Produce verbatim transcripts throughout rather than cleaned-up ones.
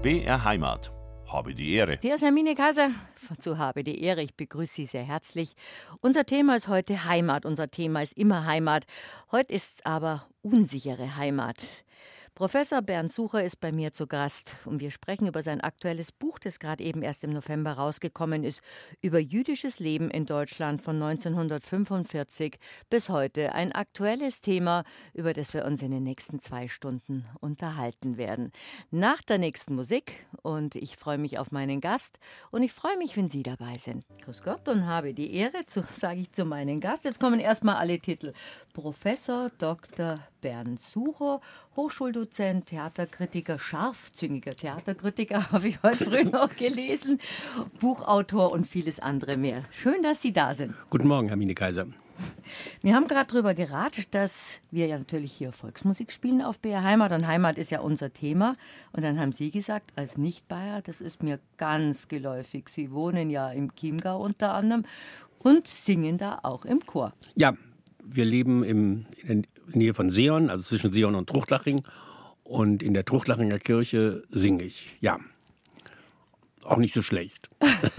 B R Heimat. Habe die Ehre. Hier ist Hermine Kaiser zu Habe die Ehre. Ich begrüße Sie sehr herzlich. Unser Thema ist heute Heimat. Unser Thema ist immer Heimat. Heute ist es aber unsichere Heimat. Professor Bernd Sucher ist bei mir zu Gast und wir sprechen über sein aktuelles Buch, das gerade eben erst im November rausgekommen ist, über jüdisches Leben in Deutschland von neunzehnhundertfünfundvierzig bis heute. Ein aktuelles Thema, über das wir uns in den nächsten zwei Stunden unterhalten werden. Nach der nächsten Musik und ich freue mich auf meinen Gast und ich freue mich, wenn Sie dabei sind. Grüß Gott und habe die Ehre, sage ich zu meinem Gast. Jetzt kommen erstmal alle Titel. Professor Doktor Bernd Sucher, Hochschuldozent, Theaterkritiker, scharfzüngiger Theaterkritiker, habe ich heute früh noch gelesen, Buchautor und vieles andere mehr. Schön, dass Sie da sind. Guten Morgen, Hermine Kaiser. Wir haben gerade darüber geratscht, dass wir ja natürlich hier Volksmusik spielen auf B R Heimat und Heimat ist ja unser Thema. Und dann haben Sie gesagt, als Nicht-Bayer, das ist mir ganz geläufig. Sie wohnen ja im Chiemgau unter anderem und singen da auch im Chor. Ja, wir leben im, in der Nähe von Seeon, also zwischen Seeon und Truchtlaching. Und in der Truchtlachinger Kirche singe ich, ja. Auch nicht so schlecht.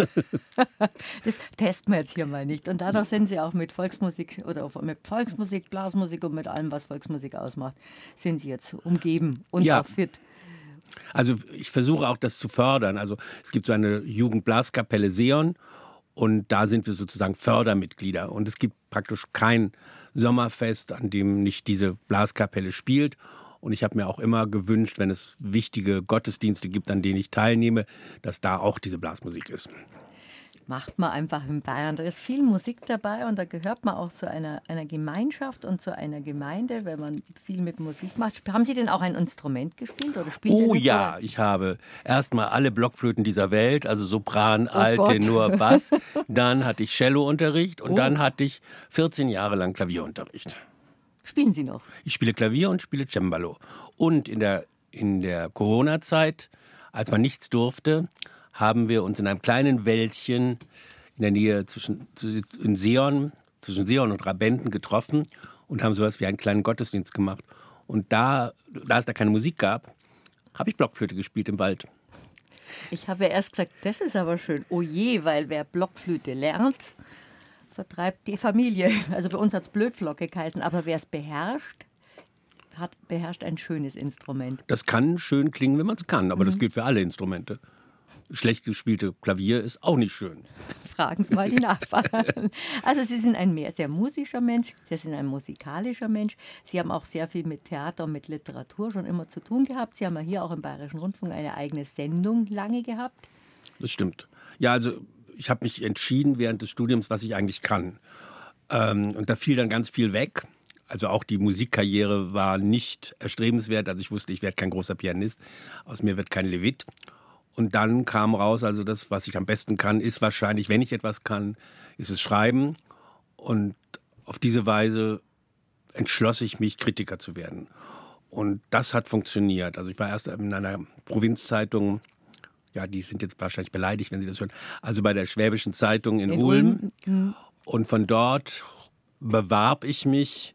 Das testen wir jetzt hier mal nicht. Und dadurch sind Sie auch mit Volksmusik oder mit Volksmusik, Blasmusik und mit allem, was Volksmusik ausmacht, sind Sie jetzt umgeben und ja. auch fit. Also ich versuche auch das zu fördern. Also es gibt so eine Jugendblaskapelle Seeon und da sind wir sozusagen Fördermitglieder. Und es gibt praktisch kein Sommerfest, an dem nicht diese Blaskapelle spielt. Und ich habe mir auch immer gewünscht, wenn es wichtige Gottesdienste gibt, an denen ich teilnehme, dass da auch diese Blasmusik ist. Macht man einfach in Bayern. Da ist viel Musik dabei und da gehört man auch zu einer, einer Gemeinschaft und zu einer Gemeinde, wenn man viel mit Musik macht. Haben Sie denn auch ein Instrument gespielt oder spielen Sie Oh nicht ja, so? Ich habe erstmal alle Blockflöten dieser Welt, also Sopran, Oh Alt, Gott. Tenor, Bass. Dann hatte ich Cellounterricht und Oh. dann hatte ich vierzehn Jahre lang Klavierunterricht. Spielen Sie noch? Ich spiele Klavier und spiele Cembalo. Und in der, in der Corona-Zeit, als man nichts durfte, haben wir uns in einem kleinen Wäldchen in der Nähe zwischen in Seeon, zwischen Seeon und Rabenden getroffen und haben sowas wie einen kleinen Gottesdienst gemacht. Und da, da es da keine Musik gab, habe ich Blockflöte gespielt im Wald. Ich habe ja erst gesagt, das ist aber schön. Oh je, weil wer Blockflöte lernt, vertreibt die Familie. Also bei uns hat es Blödflocke geheißen, aber wer es beherrscht, hat beherrscht ein schönes Instrument. Das kann schön klingen, wenn man es kann, aber Mhm. das gilt für alle Instrumente. Schlecht gespielte Klavier ist auch nicht schön. Fragen Sie mal die Nachbarn. Also Sie sind ein mehr sehr musischer Mensch, Sie sind ein musikalischer Mensch. Sie haben auch sehr viel mit Theater und mit Literatur schon immer zu tun gehabt. Sie haben ja hier auch im Bayerischen Rundfunk eine eigene Sendung lange gehabt. Das stimmt. Ja, also ich habe mich entschieden während des Studiums, was ich eigentlich kann. Ähm, und da fiel dann ganz viel weg. Also auch die Musikkarriere war nicht erstrebenswert. Also ich wusste, ich werde kein großer Pianist. Aus mir wird kein Levit. Und dann kam raus, also das, was ich am besten kann, ist wahrscheinlich, wenn ich etwas kann, ist es Schreiben. Und auf diese Weise entschloss ich mich, Kritiker zu werden. Und das hat funktioniert. Also ich war erst in einer Provinzzeitung, ja, die sind jetzt wahrscheinlich beleidigt, wenn Sie das hören, also bei der Schwäbischen Zeitung in, in Ulm. Ulm. Und von dort bewarb ich mich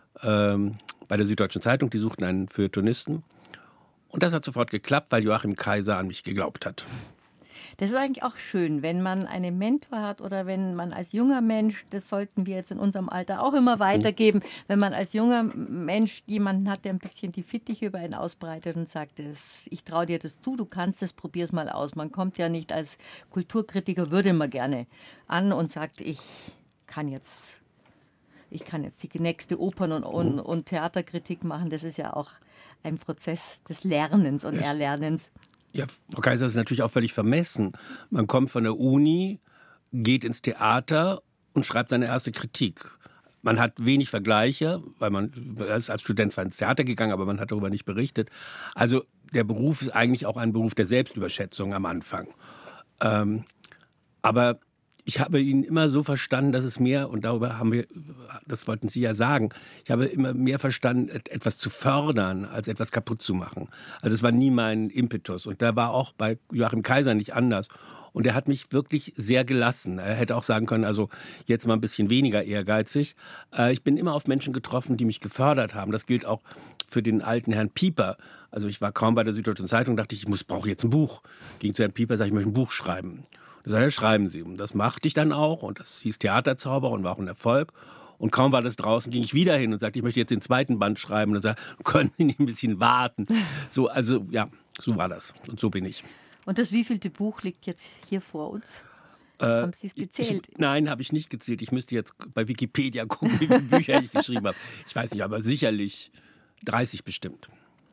ähm, bei der Süddeutschen Zeitung, die suchten einen Feuilletonisten. Und das hat sofort geklappt, weil Joachim Kaiser an mich geglaubt hat. Das ist eigentlich auch schön, wenn man einen Mentor hat oder wenn man als junger Mensch, das sollten wir jetzt in unserem Alter auch immer weitergeben, wenn man als junger Mensch jemanden hat, der ein bisschen die Fittiche über einen ausbreitet und sagt, das, ich traue dir das zu, du kannst es, probier's mal aus. Man kommt ja nicht als Kulturkritiker, würde man gerne an und sagt, ich kann jetzt, ich kann jetzt die nächste Opern- und, und, und Theaterkritik machen. Das ist ja auch ein Prozess des Lernens und Erlernens. Ja, Frau Kaiser, das ist natürlich auch völlig vermessen. Man kommt von der Uni, geht ins Theater und schreibt seine erste Kritik. Man hat wenig Vergleiche, weil man ist als Student zwar ins Theater gegangen, aber man hat darüber nicht berichtet. Also der Beruf ist eigentlich auch ein Beruf der Selbstüberschätzung am Anfang. Ähm, aber ich habe ihn immer so verstanden, dass es mehr, und darüber haben wir, das wollten Sie ja sagen, ich habe immer mehr verstanden, etwas zu fördern, als etwas kaputt zu machen. Also es war nie mein Impetus. Und der war auch bei Joachim Kaiser nicht anders. Und er hat mich wirklich sehr gelassen. Er hätte auch sagen können, also jetzt mal ein bisschen weniger ehrgeizig. Äh, ich bin immer auf Menschen getroffen, die mich gefördert haben. Das gilt auch für den alten Herrn Pieper. Also ich war kaum bei der Süddeutschen Zeitung, dachte ich, ich muss, brauche jetzt ein Buch. Ging zu Herrn Pieper, sage ich, möchte ein Buch schreiben. Da sagte er, schreiben Sie. Und das machte ich dann auch. Und das hieß Theaterzauber und war auch ein Erfolg. Und kaum war das draußen, ging ich wieder hin und sagte, ich möchte jetzt den zweiten Band schreiben. Und er sagte, können Sie nicht ein bisschen warten? So, also ja, so war das. Und so bin ich. Und das wievielte Buch liegt jetzt hier vor uns? Äh, Haben Sie es gezählt? Ich, nein, habe ich nicht gezählt. Ich müsste jetzt bei Wikipedia gucken, wie viele Bücher ich geschrieben habe. Ich weiß nicht, aber sicherlich dreißig bestimmt.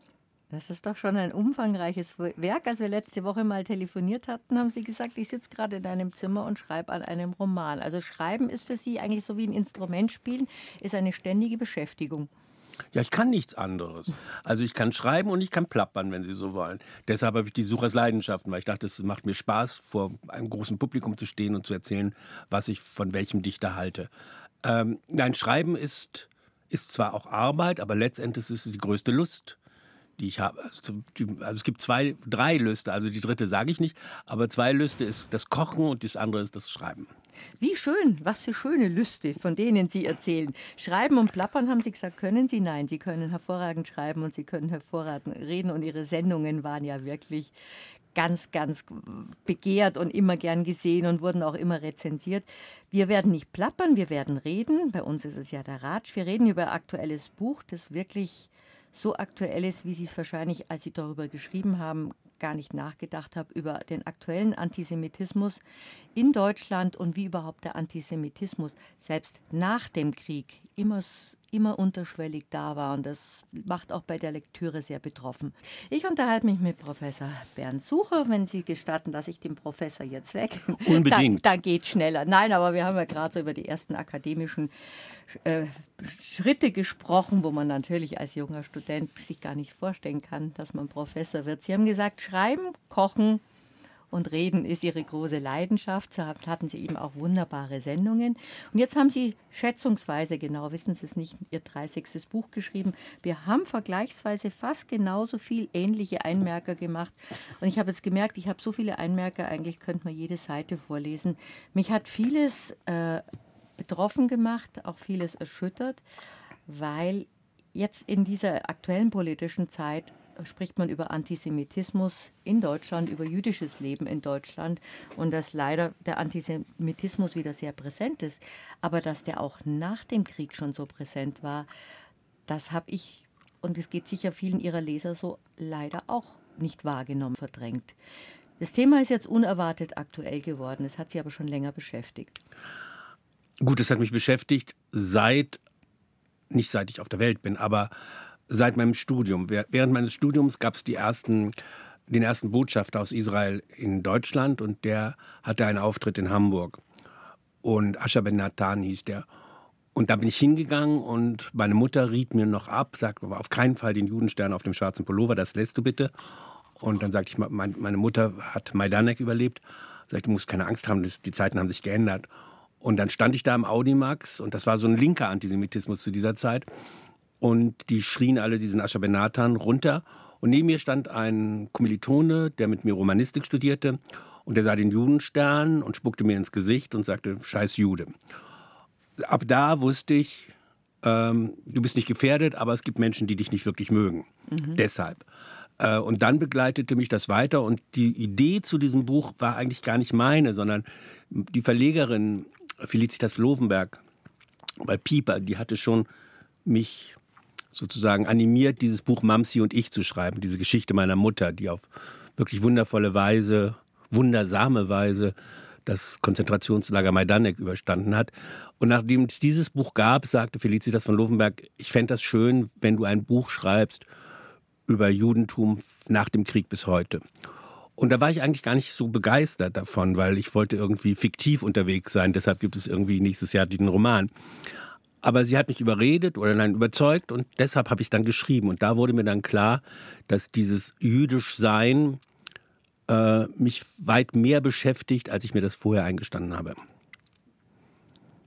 Das ist doch schon ein umfangreiches Werk. Als wir letzte Woche mal telefoniert hatten, haben Sie gesagt, ich sitze gerade in einem Zimmer und schreibe an einem Roman. Also Schreiben ist für Sie eigentlich so wie ein Instrument spielen, ist eine ständige Beschäftigung. Ja, ich kann nichts anderes. Also ich kann schreiben und ich kann plappern, wenn Sie so wollen. Deshalb habe ich die Suchers Leidenschaften, weil ich dachte, es macht mir Spaß, vor einem großen Publikum zu stehen und zu erzählen, was ich von welchem Dichter halte. Ähm, nein, Schreiben ist, ist zwar auch Arbeit, aber letztendlich ist es die größte Lust, die ich habe. Also, also es gibt zwei, drei Lüste, also die dritte sage ich nicht, aber zwei Lüste ist das Kochen und das andere ist das Schreiben. Wie schön, was für schöne Lüste, von denen Sie erzählen. Schreiben und plappern, haben Sie gesagt, können Sie? Nein, Sie können hervorragend schreiben und Sie können hervorragend reden und Ihre Sendungen waren ja wirklich ganz, ganz begehrt und immer gern gesehen und wurden auch immer rezensiert. Wir werden nicht plappern, wir werden reden. Bei uns ist es ja der Ratsch. Wir reden über ein aktuelles Buch, das wirklich so aktuell ist, wie Sie es wahrscheinlich, als Sie darüber geschrieben haben, gar nicht nachgedacht habe, über den aktuellen Antisemitismus in Deutschland und wie überhaupt der Antisemitismus selbst nach dem Krieg immer, immer unterschwellig da war. Und das macht auch bei der Lektüre sehr betroffen. Ich unterhalte mich mit Professor Bernd Sucher. Wenn Sie gestatten, lasse ich den Professor jetzt weg. Unbedingt. Da, da geht es schneller. Nein, aber wir haben ja gerade so über die ersten akademischen äh, Schritte gesprochen, wo man natürlich als junger Student sich gar nicht vorstellen kann, dass man Professor wird. Sie haben gesagt, Schreiben, Kochen und Reden ist Ihre große Leidenschaft. So hatten Sie eben auch wunderbare Sendungen. Und jetzt haben Sie schätzungsweise, genau wissen Sie es nicht, Ihr dreißigstes Buch geschrieben. Wir haben vergleichsweise fast genauso viel ähnliche Einmerker gemacht. Und ich habe jetzt gemerkt, ich habe so viele Einmerker, eigentlich könnte man jede Seite vorlesen. Mich hat vieles äh, betroffen gemacht, auch vieles erschüttert, weil jetzt in dieser aktuellen politischen Zeit spricht man über Antisemitismus in Deutschland, über jüdisches Leben in Deutschland und dass leider der Antisemitismus wieder sehr präsent ist. Aber dass der auch nach dem Krieg schon so präsent war, das habe ich, und es geht sicher vielen Ihrer Leser so, leider auch nicht wahrgenommen, verdrängt. Das Thema ist jetzt unerwartet aktuell geworden, es hat Sie aber schon länger beschäftigt. Gut, es hat mich beschäftigt seit, nicht seit ich auf der Welt bin, aber seit meinem Studium. Während meines Studiums gab es die ersten, den ersten Botschafter aus Israel in Deutschland und der hatte einen Auftritt in Hamburg. Und Asher Ben Natan hieß der. Und da bin ich hingegangen und meine Mutter riet mir noch ab, sagte auf keinen Fall den Judenstern auf dem schwarzen Pullover, das lässt du bitte. Und dann sagte ich, meine Mutter hat Majdanek überlebt. Sagte, du musst keine Angst haben, die Zeiten haben sich geändert. Und dann stand ich da im Audimax und das war so ein linker Antisemitismus zu dieser Zeit. Und die schrien alle diesen Asher Ben Natan runter. Und neben mir stand ein Kommilitone, der mit mir Romanistik studierte. Und der sah den Judenstern und spuckte mir ins Gesicht und sagte, scheiß Jude. Ab da wusste ich, ähm, du bist nicht gefährdet, aber es gibt Menschen, die dich nicht wirklich mögen. Mhm. Deshalb. Äh, und dann begleitete mich das weiter. Und die Idee zu diesem Buch war eigentlich gar nicht meine, sondern die Verlegerin Felicitas Lovenberg bei Pieper, die hatte schon mich sozusagen animiert, dieses Buch Mamsi und ich zu schreiben, diese Geschichte meiner Mutter, die auf wirklich wundervolle Weise, wundersame Weise das Konzentrationslager Majdanek überstanden hat. Und nachdem es dieses Buch gab, sagte Felicitas von Lovenberg, ich fände das schön, wenn du ein Buch schreibst über Judentum nach dem Krieg bis heute. Und da war ich eigentlich gar nicht so begeistert davon, weil ich wollte irgendwie fiktiv unterwegs sein. Deshalb gibt es irgendwie nächstes Jahr diesen Roman. Aber sie hat mich überredet oder nein, überzeugt und deshalb habe ich es dann geschrieben. Und da wurde mir dann klar, dass dieses Jüdischsein äh, mich weit mehr beschäftigt, als ich mir das vorher eingestanden habe.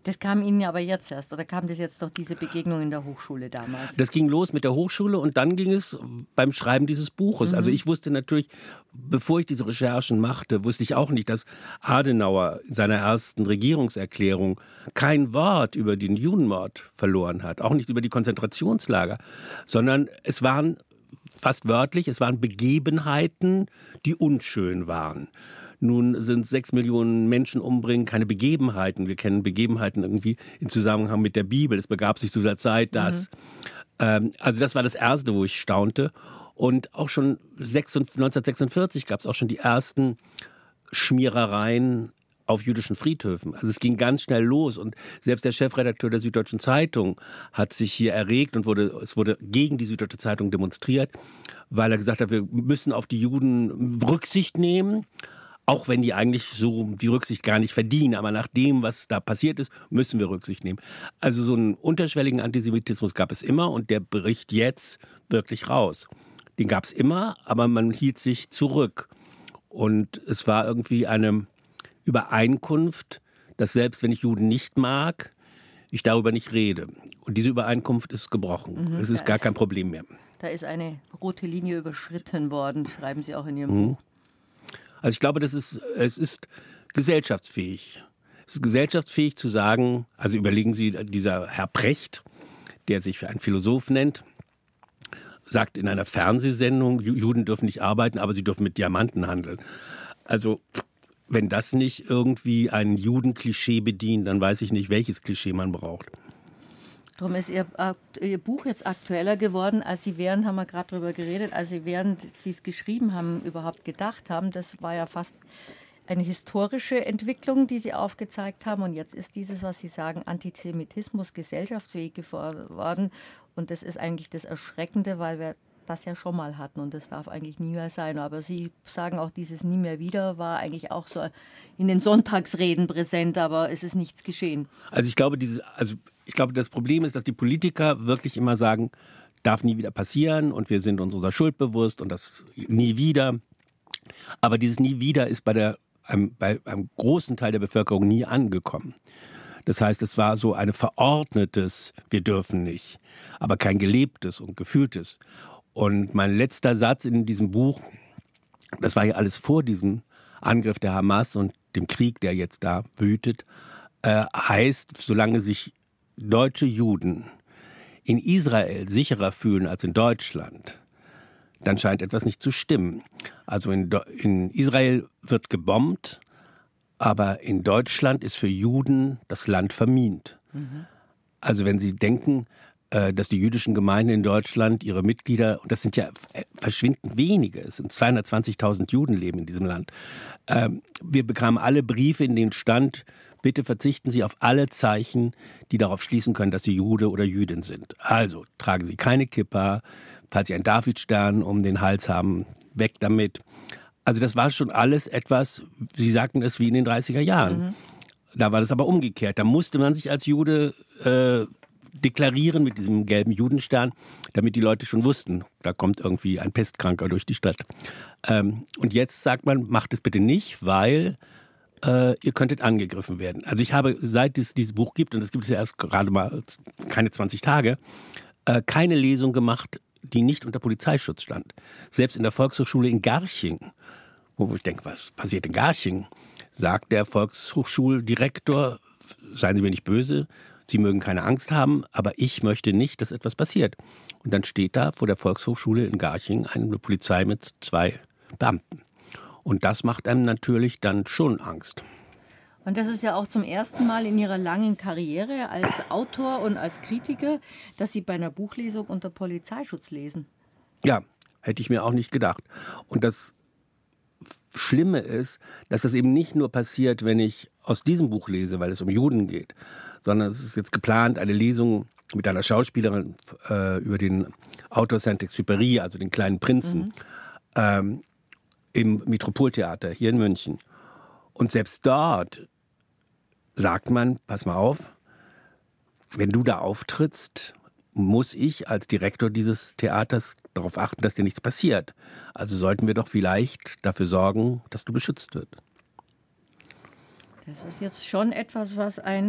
Das kam Ihnen ja aber jetzt erst, oder kam das jetzt durch diese Begegnung in der Hochschule damals? Das ging los mit der Hochschule und dann ging es beim Schreiben dieses Buches. Mhm. Also ich wusste natürlich, bevor ich diese Recherchen machte, wusste ich auch nicht, dass Adenauer in seiner ersten Regierungserklärung kein Wort über den Judenmord verloren hat, auch nicht über die Konzentrationslager, sondern es waren fast wörtlich, es waren Begebenheiten, die unschön waren. Nun sind sechs Millionen Menschen umbringen keine Begebenheiten. Wir kennen Begebenheiten irgendwie im Zusammenhang mit der Bibel. Es begab sich zu der Zeit, dass... Mhm. Ähm, also das war das Erste, wo ich staunte. Und auch schon neunzehnhundertsechsundvierzig gab es auch schon die ersten Schmierereien auf jüdischen Friedhöfen. Also es ging ganz schnell los. Und selbst der Chefredakteur der Süddeutschen Zeitung hat sich hier erregt und wurde, es wurde gegen die Süddeutsche Zeitung demonstriert, weil er gesagt hat, wir müssen auf die Juden Rücksicht nehmen. Auch wenn die eigentlich so die Rücksicht gar nicht verdienen. Aber nach dem, was da passiert ist, müssen wir Rücksicht nehmen. Also so einen unterschwelligen Antisemitismus gab es immer und der bricht jetzt wirklich raus. Den gab es immer, aber man hielt sich zurück. Und es war irgendwie eine Übereinkunft, dass selbst wenn ich Juden nicht mag, ich darüber nicht rede. Und diese Übereinkunft ist gebrochen. Mhm, es ist gar kein Problem mehr. Da ist eine rote Linie überschritten worden, schreiben Sie auch in Ihrem mhm. Buch. Also ich glaube, das ist, es ist gesellschaftsfähig. Es ist gesellschaftsfähig zu sagen, also überlegen Sie, dieser Herr Precht, der sich für einen Philosoph nennt, sagt in einer Fernsehsendung, Juden dürfen nicht arbeiten, aber sie dürfen mit Diamanten handeln. Also wenn das nicht irgendwie ein Judenklischee bedient, dann weiß ich nicht, welches Klischee man braucht. Darum ist Ihr, Ihr Buch jetzt aktueller geworden, als Sie während, haben wir gerade darüber geredet, als Sie während Sie es geschrieben haben, überhaupt gedacht haben. Das war ja fast eine historische Entwicklung, die Sie aufgezeigt haben. Und jetzt ist dieses, was Sie sagen, Antisemitismus gesellschaftsfähig geworden. Und das ist eigentlich das Erschreckende, weil wir das ja schon mal hatten und das darf eigentlich nie mehr sein. Aber Sie sagen auch, dieses nie mehr wieder war eigentlich auch so in den Sonntagsreden präsent, aber es ist nichts geschehen. Also ich glaube, diese, also ich glaube, das Problem ist, dass die Politiker wirklich immer sagen, darf nie wieder passieren und wir sind uns unserer Schuld bewusst und das nie wieder. Aber dieses nie wieder ist bei, der, einem, bei einem großen Teil der Bevölkerung nie angekommen. Das heißt, es war so ein verordnetes, wir dürfen nicht, aber kein gelebtes und gefühltes. Und mein letzter Satz in diesem Buch, das war ja alles vor diesem Angriff der Hamas und dem Krieg, der jetzt da wütet, äh, heißt, solange sich deutsche Juden in Israel sicherer fühlen als in Deutschland, dann scheint etwas nicht zu stimmen. Also in, in Israel wird gebombt, aber in Deutschland ist für Juden das Land vermint. Mhm. Also wenn Sie denken, dass die jüdischen Gemeinden in Deutschland ihre Mitglieder, und das sind ja verschwindend wenige, es sind zweihundertzwanzigtausend Juden leben in diesem Land. Wir bekamen alle Briefe, in denen stand, bitte verzichten Sie auf alle Zeichen, die darauf schließen können, dass Sie Jude oder Jüdin sind. Also tragen Sie keine Kippa, falls Sie einen Davidstern um den Hals haben, weg damit. Also das war schon alles etwas, Sie sagten es, wie in den dreißiger Jahren. Mhm. Da war das aber umgekehrt. Da musste man sich als Jude äh, deklarieren mit diesem gelben Judenstern, damit die Leute schon wussten, da kommt irgendwie ein Pestkranker durch die Stadt. Ähm, und jetzt sagt man, macht es bitte nicht, weil äh, ihr könntet angegriffen werden. Also ich habe, seit es dieses Buch gibt, und das gibt es ja erst gerade mal keine zwanzig Tage, äh, keine Lesung gemacht, die nicht unter Polizeischutz stand. Selbst in der Volkshochschule in Garching, wo ich denke, was passiert in Garching, sagt der Volkshochschuldirektor, seien Sie mir nicht böse, Sie mögen keine Angst haben, aber ich möchte nicht, dass etwas passiert. Und dann steht da vor der Volkshochschule in Garching eine Polizei mit zwei Beamten. Und das macht einem natürlich dann schon Angst. Und das ist ja auch zum ersten Mal in Ihrer langen Karriere als Autor und als Kritiker, dass Sie bei einer Buchlesung unter Polizeischutz lesen. Ja, hätte ich mir auch nicht gedacht. Und das Schlimme ist, dass das eben nicht nur passiert, wenn ich aus diesem Buch lese, weil es um Juden geht, sondern es ist jetzt geplant, eine Lesung mit einer Schauspielerin äh, über den Autor Saint-Exupéry, also den kleinen Prinzen, mhm. ähm, im Metropoltheater hier in München. Und selbst dort sagt man, pass mal auf, wenn du da auftrittst, muss ich als Direktor dieses Theaters darauf achten, dass dir nichts passiert. Also sollten wir doch vielleicht dafür sorgen, dass du beschützt wirst. Das ist jetzt schon etwas, was einen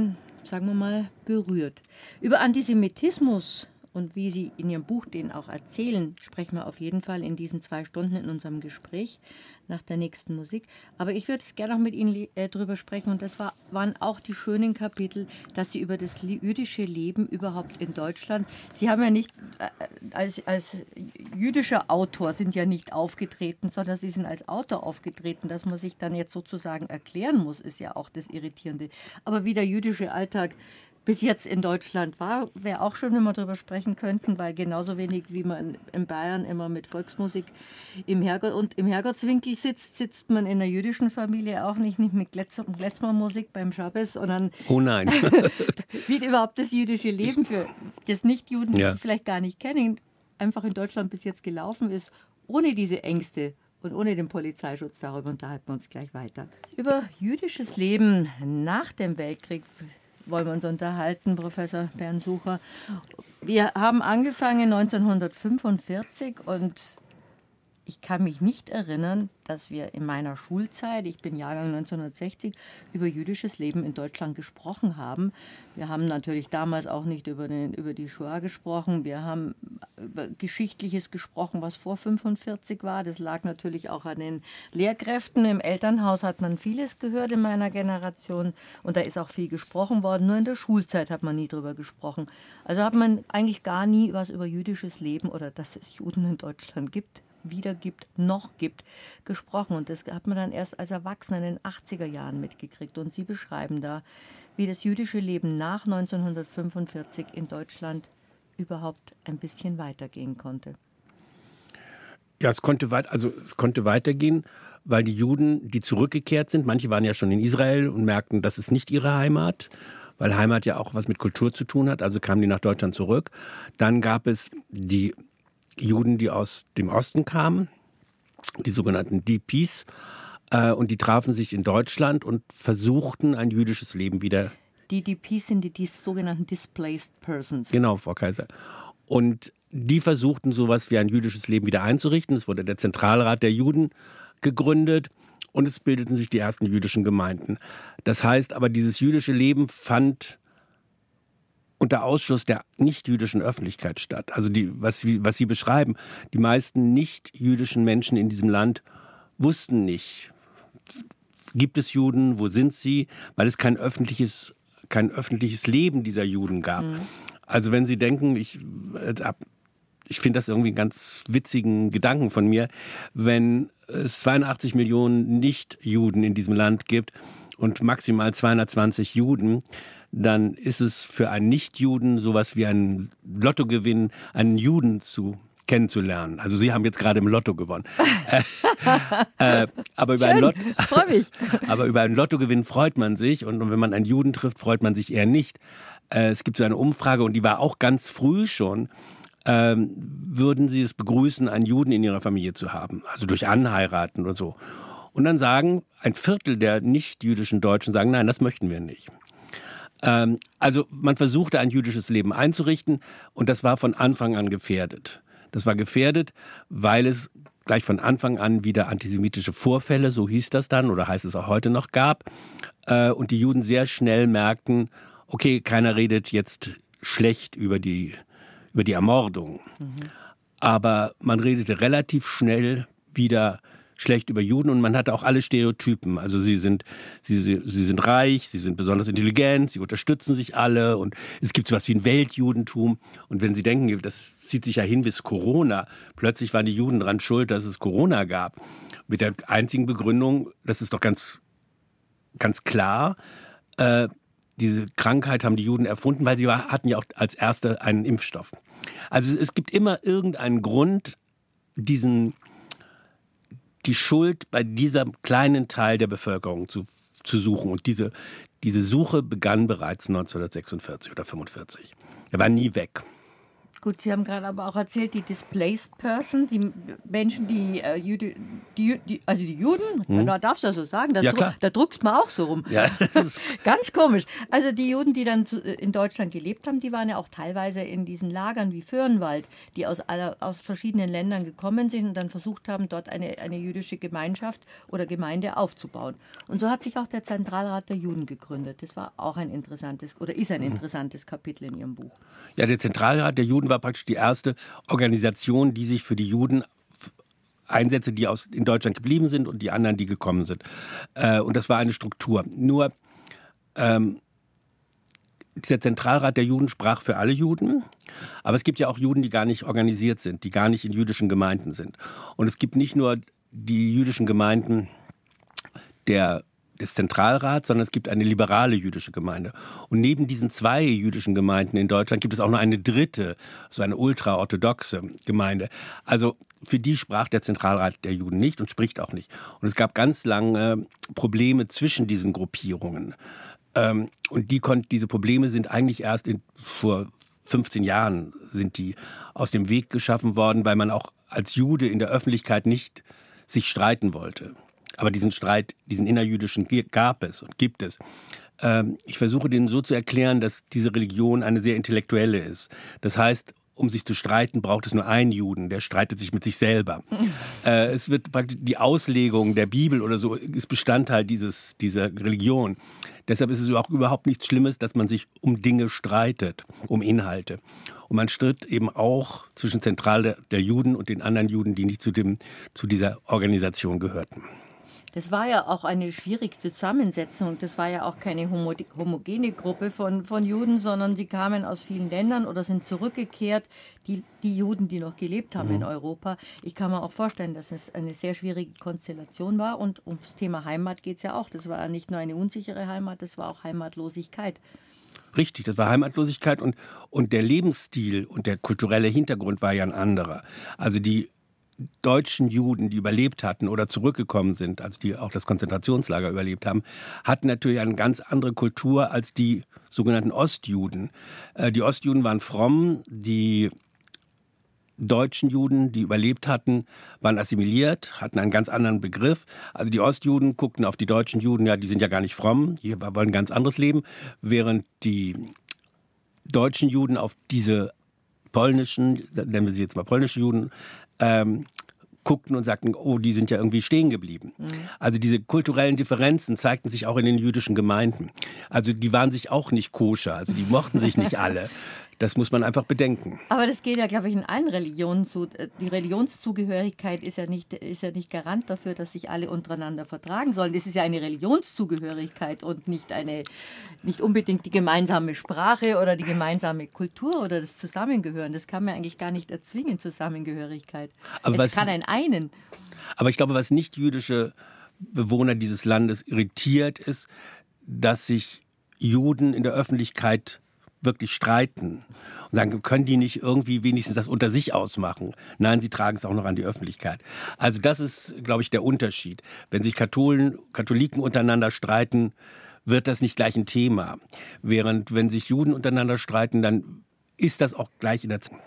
sagen wir mal, berührt. Über Antisemitismus und wie Sie in Ihrem Buch den auch erzählen, sprechen wir auf jeden Fall in diesen zwei Stunden in unserem Gespräch nach der nächsten Musik. Aber ich würde es gerne noch mit Ihnen äh, drüber sprechen. Und das war, waren auch die schönen Kapitel, dass Sie über das jüdische Leben überhaupt in Deutschland, Sie haben ja nicht, äh, als, als jüdischer Autor sind ja nicht aufgetreten, sondern Sie sind als Autor aufgetreten. Dass man sich dann jetzt sozusagen erklären muss, ist ja auch das Irritierende. Aber wie der jüdische Alltag bis jetzt in Deutschland war, wäre auch schön, wenn wir darüber sprechen könnten, weil genauso wenig wie man in Bayern immer mit Volksmusik im Herrgott und im Herrgottswinkel sitzt, sitzt man in einer jüdischen Familie auch nicht, nicht mit Klezmermusik beim Schabbes, sondern oh nein. wie überhaupt das jüdische Leben für das Nichtjuden ja. vielleicht gar nicht kennen, einfach in Deutschland bis jetzt gelaufen ist, ohne diese Ängste. Und ohne den Polizeischutz, darüber unterhalten wir uns gleich weiter. Über jüdisches Leben nach dem Weltkrieg wollen wir uns unterhalten, Professor Bernd Sucher. Wir haben angefangen neunzehnhundertfünfundvierzig und ich kann mich nicht erinnern, dass wir in meiner Schulzeit, ich bin Jahrgang neunzehnhundertsechzig, über jüdisches Leben in Deutschland gesprochen haben. Wir haben natürlich damals auch nicht über, den, über die Shoah gesprochen. Wir haben über Geschichtliches gesprochen, was vor fünfundvierzig war. Das lag natürlich auch an den Lehrkräften. Im Elternhaus hat man vieles gehört in meiner Generation und da ist auch viel gesprochen worden. Nur in der Schulzeit hat man nie drüber gesprochen. Also hat man eigentlich gar nie was über jüdisches Leben oder dass es Juden in Deutschland gibt, wieder gibt, noch gibt, gesprochen. Und das hat man dann erst als Erwachsener in den achtziger Jahren mitgekriegt. Und Sie beschreiben da, wie das jüdische Leben nach neunzehnhundertfünfundvierzig in Deutschland überhaupt ein bisschen weitergehen konnte. Ja, es konnte, weit, also es konnte weitergehen, weil die Juden, die zurückgekehrt sind, manche waren ja schon in Israel und merkten, das ist nicht ihre Heimat, weil Heimat ja auch was mit Kultur zu tun hat, also kamen die nach Deutschland zurück. Dann gab es die Juden, die aus dem Osten kamen, die sogenannten D Ps, äh, und die trafen sich in Deutschland und versuchten ein jüdisches Leben wieder. Die D Ps sind die, die sogenannten Displaced Persons. Genau, Frau Kaiser. Und die versuchten sowas wie ein jüdisches Leben wieder einzurichten. Es wurde der Zentralrat der Juden gegründet und es bildeten sich die ersten jüdischen Gemeinden. Das heißt aber, dieses jüdische Leben fand unter Ausschluss der nicht-jüdischen Öffentlichkeit statt. Also die, was, was Sie beschreiben, die meisten nicht-jüdischen Menschen in diesem Land wussten nicht, gibt es Juden, wo sind sie, weil es kein öffentliches, kein öffentliches Leben dieser Juden gab. Mhm. Also wenn Sie denken, ich, ich finde das irgendwie einen ganz witzigen Gedanken von mir, wenn es zweiundachtzig Millionen Nicht-Juden in diesem Land gibt und maximal zweihundertzwanzig Juden, dann ist es für einen Nicht-Juden sowas wie ein Lottogewinn, einen Juden zu kennenzulernen. Also Sie haben jetzt gerade im Lotto gewonnen. äh, äh, aber, über einen Lot- aber über einen Lottogewinn freut man sich und, und wenn man einen Juden trifft, freut man sich eher nicht. Äh, es gibt so eine Umfrage und die war auch ganz früh schon. Ähm, würden Sie es begrüßen, einen Juden in Ihrer Familie zu haben? Also durch Anheiraten und so. Und dann sagen ein Viertel der nicht-jüdischen Deutschen, sagen, nein, das möchten wir nicht. Also man versuchte ein jüdisches Leben einzurichten und das war von Anfang an gefährdet. Das war gefährdet, weil es gleich von Anfang an wieder antisemitische Vorfälle, so hieß das dann oder heißt es auch heute noch, gab. Und die Juden sehr schnell merkten, okay, keiner redet jetzt schlecht über die, über die Ermordung. Mhm. Aber man redete relativ schnell wieder schlecht über Juden und man hatte auch alle Stereotypen. Also sie sind, sie, sie, sie sind reich, sie sind besonders intelligent, sie unterstützen sich alle und es gibt sowas wie ein Weltjudentum. Und wenn Sie denken, das zieht sich ja hin bis Corona, plötzlich waren die Juden dran schuld, dass es Corona gab. Mit der einzigen Begründung, das ist doch ganz, ganz klar, äh, diese Krankheit haben die Juden erfunden, weil sie war, hatten ja auch als Erste einen Impfstoff. Also es gibt immer irgendeinen Grund, diesen die Schuld bei diesem kleinen Teil der Bevölkerung zu, zu suchen. Und diese, diese Suche begann bereits neunzehnhundertsechsundvierzig oder fünfundvierzig. Er war nie weg. Gut, Sie haben gerade aber auch erzählt, die Displaced Person, die Menschen, die, äh, Jude, die, die also die Juden, hm. da darfst du ja so sagen, da, ja, dru- da druckst man auch so rum. Ja, das ist ganz komisch. Also die Juden, die dann in Deutschland gelebt haben, die waren ja auch teilweise in diesen Lagern wie Föhrenwald, die aus, aller, aus verschiedenen Ländern gekommen sind und dann versucht haben, dort eine, eine jüdische Gemeinschaft oder Gemeinde aufzubauen. Und so hat sich auch der Zentralrat der Juden gegründet. Das war auch ein interessantes, oder ist ein interessantes Kapitel in Ihrem Buch. Ja, der Zentralrat der Juden war praktisch die erste Organisation, die sich für die Juden einsetzte, die aus, in Deutschland geblieben sind und die anderen, die gekommen sind. Äh, und das war eine Struktur. Nur ähm, der Zentralrat der Juden sprach für alle Juden, aber es gibt ja auch Juden, die gar nicht organisiert sind, die gar nicht in jüdischen Gemeinden sind. Und es gibt nicht nur die jüdischen Gemeinden der des Zentralrats, sondern es gibt eine liberale jüdische Gemeinde. Und neben diesen zwei jüdischen Gemeinden in Deutschland gibt es auch noch eine dritte, so eine ultraorthodoxe Gemeinde. Also für die sprach der Zentralrat der Juden nicht und spricht auch nicht. Und es gab ganz lange Probleme zwischen diesen Gruppierungen. Und die konnten, diese Probleme sind eigentlich erst in, vor fünfzehn Jahren sind die aus dem Weg geschaffen worden, weil man auch als Jude in der Öffentlichkeit nicht sich streiten wollte. Aber diesen Streit, diesen innerjüdischen gab es und gibt es. Ähm, ich versuche denen so zu erklären, dass diese Religion eine sehr intellektuelle ist. Das heißt, um sich zu streiten, braucht es nur einen Juden, der streitet sich mit sich selber. äh, es wird praktisch die Auslegung der Bibel oder so ist Bestandteil dieses, dieser Religion. Deshalb ist es auch überhaupt nichts Schlimmes, dass man sich um Dinge streitet, um Inhalte. Und man stritt eben auch zwischen Zentrale der Juden und den anderen Juden, die nicht zu, dem, zu dieser Organisation gehörten. Das war ja auch eine schwierige Zusammensetzung. Das war ja auch keine homo- homogene Gruppe von, von Juden, sondern sie kamen aus vielen Ländern oder sind zurückgekehrt, die, die Juden, die noch gelebt haben mhm. in Europa. Ich kann mir auch vorstellen, dass es eine sehr schwierige Konstellation war. Und ums Thema Heimat geht es ja auch. Das war ja nicht nur eine unsichere Heimat, das war auch Heimatlosigkeit. Richtig, das war Heimatlosigkeit und, und der Lebensstil und der kulturelle Hintergrund war ja ein anderer. Also die deutschen Juden, die überlebt hatten oder zurückgekommen sind, also die auch das Konzentrationslager überlebt haben, hatten natürlich eine ganz andere Kultur als die sogenannten Ostjuden. Die Ostjuden waren fromm, die deutschen Juden, die überlebt hatten, waren assimiliert, hatten einen ganz anderen Begriff. Also die Ostjuden guckten auf die deutschen Juden, ja, die sind ja gar nicht fromm, die wollen ein ganz anderes Leben, während die deutschen Juden auf diese polnischen, nennen wir sie jetzt mal polnische Juden, ähm, guckten und sagten, oh, die sind ja irgendwie stehen geblieben. Mhm. Also diese kulturellen Differenzen zeigten sich auch in den jüdischen Gemeinden. Also die waren sich auch nicht koscher, also die mochten sich nicht alle. Das muss man einfach bedenken. Aber das geht ja, glaube ich, in allen Religionen so. Die Religionszugehörigkeit ist ja nicht, ist ja nicht Garant dafür, dass sich alle untereinander vertragen sollen. Das ist ja eine Religionszugehörigkeit und nicht, eine, nicht unbedingt die gemeinsame Sprache oder die gemeinsame Kultur oder das Zusammengehören. Das kann man eigentlich gar nicht erzwingen, Zusammengehörigkeit. Aber es was, kann einen einen. Aber ich glaube, was nicht jüdische Bewohner dieses Landes irritiert, ist, dass sich Juden in der Öffentlichkeit wirklich streiten und sagen, können die nicht irgendwie wenigstens das unter sich ausmachen? Nein, sie tragen es auch noch an die Öffentlichkeit. Also das ist, glaube ich, der Unterschied. Wenn sich Katholen, Katholiken untereinander streiten, wird das nicht gleich ein Thema. Während wenn sich Juden untereinander streiten, dann ist das auch gleich in der Zeit.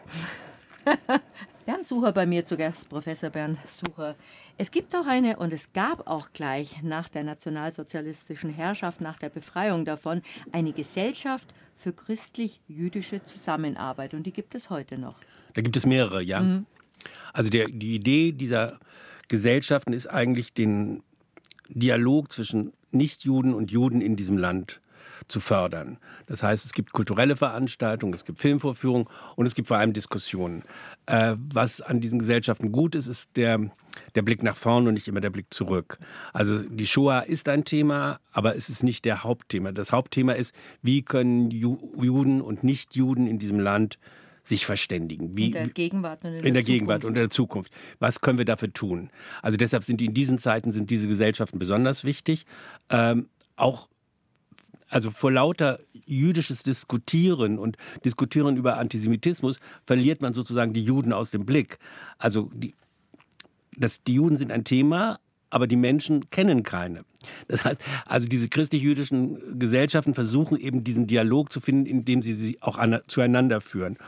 Bernd Sucher bei mir zu Gast, Professor Bernd Sucher. Es gibt auch eine, und es gab auch gleich nach der nationalsozialistischen Herrschaft, nach der Befreiung davon, eine Gesellschaft für christlich-jüdische Zusammenarbeit. Und die gibt es heute noch. Da gibt es mehrere, ja. Mhm. Also der, die Idee dieser Gesellschaften ist eigentlich, den Dialog zwischen Nichtjuden und Juden in diesem Land zu fördern. Das heißt, es gibt kulturelle Veranstaltungen, es gibt Filmvorführungen und es gibt vor allem Diskussionen. Äh, was an diesen Gesellschaften gut ist, ist der, der Blick nach vorne und nicht immer der Blick zurück. Also die Shoah ist ein Thema, aber es ist nicht der Hauptthema. Das Hauptthema ist, wie können Ju- Juden und Nichtjuden in diesem Land sich verständigen. Wie, in der Gegenwart und in der, in der Zukunft. Gegenwart und in der Zukunft. Was können wir dafür tun? Also deshalb sind die, in diesen Zeiten sind diese Gesellschaften besonders wichtig. Ähm, auch Also vor lauter jüdisches Diskutieren und Diskutieren über Antisemitismus verliert man sozusagen die Juden aus dem Blick. Also die, das, die Juden sind ein Thema, aber die Menschen kennen keine. Das heißt, also diese christlich-jüdischen Gesellschaften versuchen eben diesen Dialog zu finden, indem sie sie auch an, zueinander führen.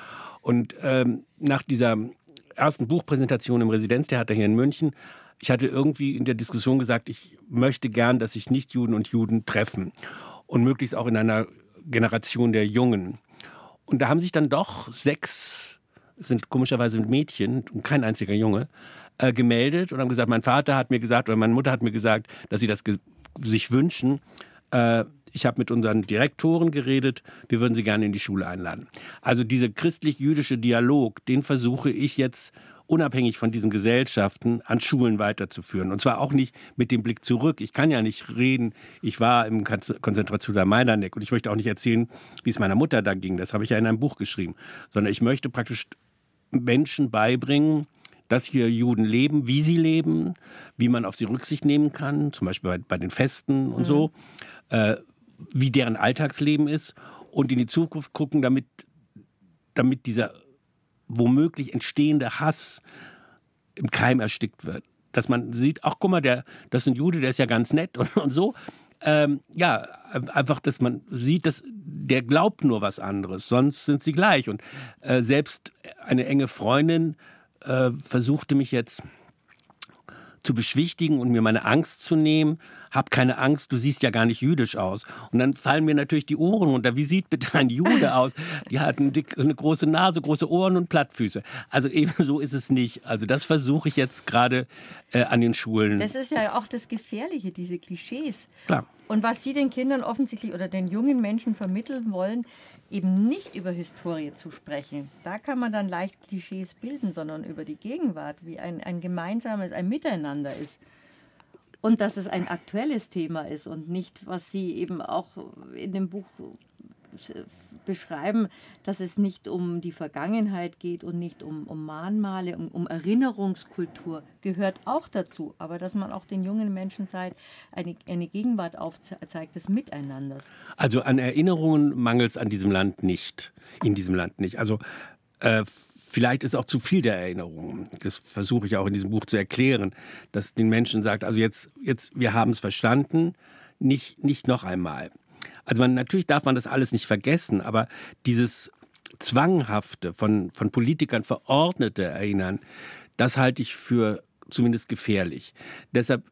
Und ähm, nach dieser ersten Buchpräsentation im Residenztheater hier in München, ich hatte irgendwie in der Diskussion gesagt, ich möchte gern, dass sich Nichtjuden und Juden treffen und möglichst auch in einer Generation der Jungen. Und da haben sich dann doch sechs, sind komischerweise Mädchen und kein einziger Junge, äh, gemeldet und haben gesagt, mein Vater hat mir gesagt oder meine Mutter hat mir gesagt, dass sie das ge- sich wünschen. Äh, ich habe mit unseren Direktoren geredet, wir würden sie gerne in die Schule einladen. Also dieser christlich-jüdische Dialog, den versuche ich jetzt unabhängig von diesen Gesellschaften an Schulen weiterzuführen. Und zwar auch nicht mit dem Blick zurück. Ich kann ja nicht reden, ich war im Konzentrationslager Majdanek und ich möchte auch nicht erzählen, wie es meiner Mutter da ging. Das habe ich ja in einem Buch geschrieben. Sondern ich möchte praktisch Menschen beibringen, dass hier Juden leben, wie sie leben, wie man auf sie Rücksicht nehmen kann, zum Beispiel bei, bei den Festen und mhm. so, äh, wie deren Alltagsleben ist und in die Zukunft gucken, damit, damit dieser womöglich entstehende Hass im Keim erstickt wird. Dass man sieht, ach guck mal, der, das ist ein Jude, der ist ja ganz nett und, und so. Ähm, ja, einfach, dass man sieht, dass der glaubt nur was anderes, sonst sind sie gleich. Und äh, selbst eine enge Freundin äh, versuchte mich jetzt zu beschwichtigen und mir meine Angst zu nehmen. Hab keine Angst, du siehst ja gar nicht jüdisch aus. Und dann fallen mir natürlich die Ohren runter. Wie sieht bitte ein Jude aus? Die hat eine, dick, eine große Nase, große Ohren und Plattfüße. Also eben so ist es nicht. Also das versuche ich jetzt gerade äh, an den Schulen. Das ist ja auch das Gefährliche, diese Klischees. Klar. Und was Sie den Kindern offensichtlich oder den jungen Menschen vermitteln wollen, eben nicht über Historie zu sprechen. Da kann man dann leicht Klischees bilden, sondern über die Gegenwart, wie ein, ein gemeinsames, ein Miteinander ist. Und dass es ein aktuelles Thema ist und nicht, was Sie eben auch in dem Buch beschreiben, dass es nicht um die Vergangenheit geht und nicht um, um Mahnmale, um, um Erinnerungskultur, gehört auch dazu. Aber dass man auch den jungen Menschen sagt, eine, eine Gegenwart aufzeigt des Miteinanders. Also an Erinnerungen mangelt es an diesem Land nicht, in diesem Land nicht. Also äh, vielleicht ist auch zu viel der Erinnerungen. Das versuche ich auch in diesem Buch zu erklären, dass den Menschen sagt, also jetzt, jetzt wir haben es verstanden, nicht, nicht noch einmal. Also man, natürlich darf man das alles nicht vergessen, aber dieses Zwanghafte, von, von Politikern verordnete Erinnern, das halte ich für zumindest gefährlich. Deshalb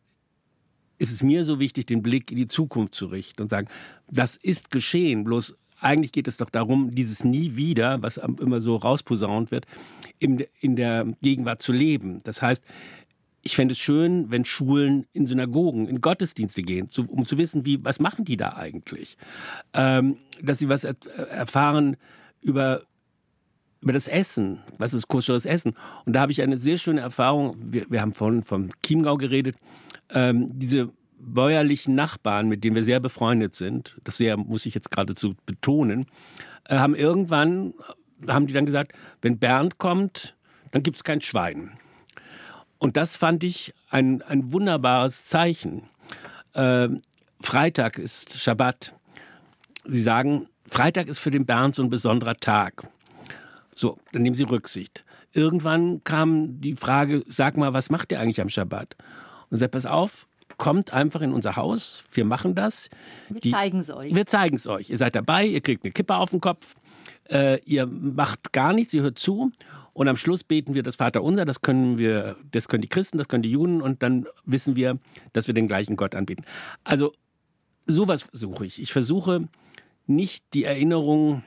ist es mir so wichtig, den Blick in die Zukunft zu richten und sagen, das ist geschehen, bloß eigentlich geht es doch darum, dieses Nie wieder, was immer so rausposaunt wird, in, in der Gegenwart zu leben. Das heißt, ich fände es schön, wenn Schulen in Synagogen, in Gottesdienste gehen, zu, um zu wissen, wie, was machen die da eigentlich? Ähm, dass sie was er, erfahren über, über das Essen, was ist koscheres Essen? Und da habe ich eine sehr schöne Erfahrung, wir, wir haben vorhin vom Chiemgau geredet, ähm, diese bäuerlichen Nachbarn, mit denen wir sehr befreundet sind, das sehr, muss ich jetzt geradezu betonen, äh, haben irgendwann, haben die dann gesagt, wenn Bernd kommt, dann gibt es kein Schwein. Und das fand ich ein, ein wunderbares Zeichen. Äh, Freitag ist Schabbat. Sie sagen, Freitag ist für den Bernd so ein besonderer Tag. So, dann nehmen Sie Rücksicht. Irgendwann kam die Frage, sag mal, was macht ihr eigentlich am Schabbat? Und sagt, pass auf, kommt einfach in unser Haus, wir machen das. Wir zeigen es euch. Wir zeigen es euch. Ihr seid dabei, ihr kriegt eine Kippe auf den Kopf, äh, ihr macht gar nichts, ihr hört zu. Und am Schluss beten wir das Vaterunser, das können wir, das können die Christen, das können die Juden und dann wissen wir, dass wir den gleichen Gott anbeten. Also sowas suche ich. Ich versuche nicht die Erinnerung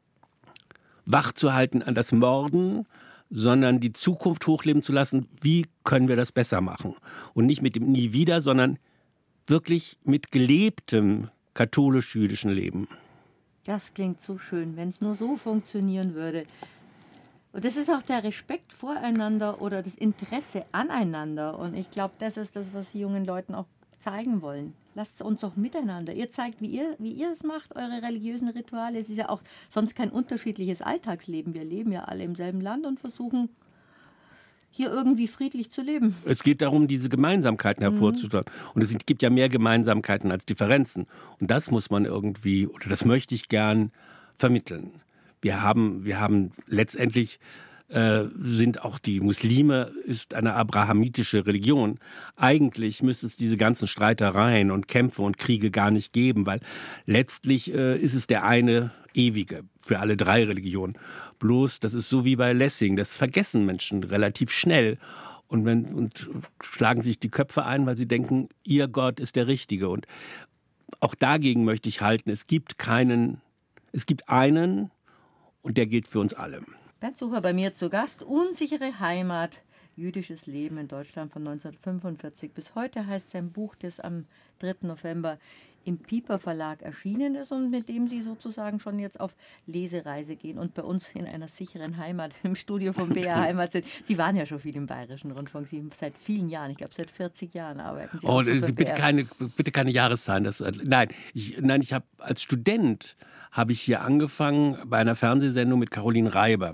wach zu halten an das Morden, sondern die Zukunft hochleben zu lassen. Wie können wir das besser machen? Und nicht mit dem Nie wieder, sondern wirklich mit gelebtem katholisch-jüdischen Leben. Das klingt so schön, wenn es nur so funktionieren würde. Und das ist auch der Respekt voreinander oder das Interesse aneinander. Und ich glaube, das ist das, was die jungen Leuten auch zeigen wollen. Lasst uns doch miteinander. Ihr zeigt, wie ihr, wie ihr es macht, eure religiösen Rituale. Es ist ja auch sonst kein unterschiedliches Alltagsleben. Wir leben ja alle im selben Land und versuchen, hier irgendwie friedlich zu leben. Es geht darum, diese Gemeinsamkeiten hervorzustellen. Mhm. Und es gibt ja mehr Gemeinsamkeiten als Differenzen. Und das muss man irgendwie, oder das möchte ich gern vermitteln. Wir haben, wir haben letztendlich äh, sind auch die Muslime, ist eine abrahamitische Religion. Eigentlich müsste es diese ganzen Streitereien und Kämpfe und Kriege gar nicht geben, weil letztlich äh, ist es der eine ewige für alle drei Religionen. Bloß, das ist so wie bei Lessing, das vergessen Menschen relativ schnell und, wenn, und schlagen sich die Köpfe ein, weil sie denken, ihr Gott ist der Richtige. Und auch dagegen möchte ich halten, es gibt keinen, es gibt einen und der gilt für uns alle. Bernd Sucher bei mir zu Gast, Unsichere Heimat, jüdisches Leben in Deutschland von neunzehnhundertfünfundvierzig bis heute, heißt sein Buch, das am dritten November im Piper Verlag erschienen ist und mit dem Sie sozusagen schon jetzt auf Lesereise gehen und bei uns in einer sicheren Heimat, im Studio von B R Heimat sind. Sie waren ja schon viel im Bayerischen Rundfunk, Sie seit vielen Jahren, ich glaube seit vierzig Jahren arbeiten Sie oh, auch schon für bitte B R. keine, bitte keine Jahreszahlen. Das, nein, ich, nein, ich habe als Student habe ich hier angefangen bei einer Fernsehsendung mit Caroline Reiber.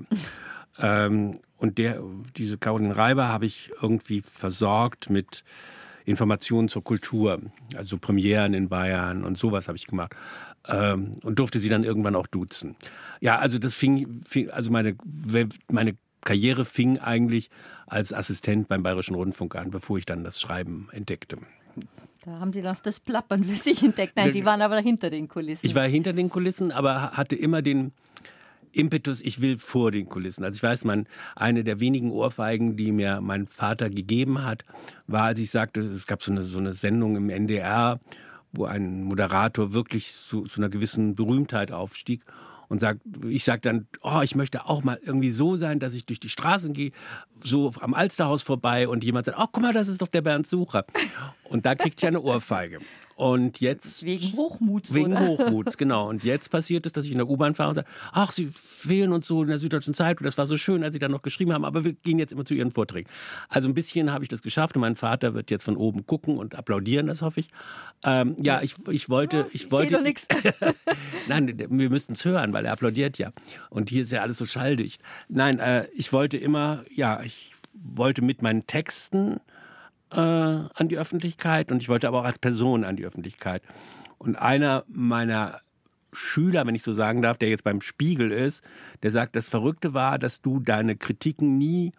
ähm, und der, diese Caroline Reiber habe ich irgendwie versorgt mit Informationen zur Kultur, also Premieren in Bayern und sowas habe ich gemacht ähm, und durfte sie dann irgendwann auch duzen. Ja, also das fing, fing also meine, meine Karriere fing eigentlich als Assistent beim Bayerischen Rundfunk an, bevor ich dann das Schreiben entdeckte. Da haben Sie noch das Plappern für sich entdeckt. Nein, Sie waren aber hinter den Kulissen. Ich war hinter den Kulissen, aber hatte immer den Impetus, ich will vor den Kulissen. Also ich weiß, man, eine der wenigen Ohrfeigen, die mir mein Vater gegeben hat, war, als ich sagte, es gab so eine, so eine Sendung im N D R, wo ein Moderator wirklich zu, zu einer gewissen Berühmtheit aufstieg. Und sagt, ich sage dann, oh, ich möchte auch mal irgendwie so sein, dass ich durch die Straßen gehe, so am Alsterhaus vorbei und jemand sagt, oh, guck mal, das ist doch der Bernd Sucher. Und da kriegt ich eine Ohrfeige. Und jetzt... Wegen Hochmuts, Wegen oder? Hochmuts, genau. Und jetzt passiert es, dass ich in der U-Bahn fahre und sage, ach, Sie fehlen uns so in der Süddeutschen Zeitung, das war so schön, als Sie da noch geschrieben haben, aber wir gehen jetzt immer zu Ihren Vorträgen. Also ein bisschen habe ich das geschafft und mein Vater wird jetzt von oben gucken und applaudieren, das hoffe ich. Ähm, ja, ich, ich wollte... Ja, ich ich wollte sehe doch nichts. Nein, wir müssten es hören, weil er applaudiert ja. Und hier ist ja alles so schalldicht. Nein, äh, ich wollte immer, ja, ich wollte mit meinen Texten äh, an die Öffentlichkeit und ich wollte aber auch als Person an die Öffentlichkeit. Und einer meiner Schüler, wenn ich so sagen darf, der jetzt beim Spiegel ist, der sagt, das Verrückte war, dass du deine Kritiken nie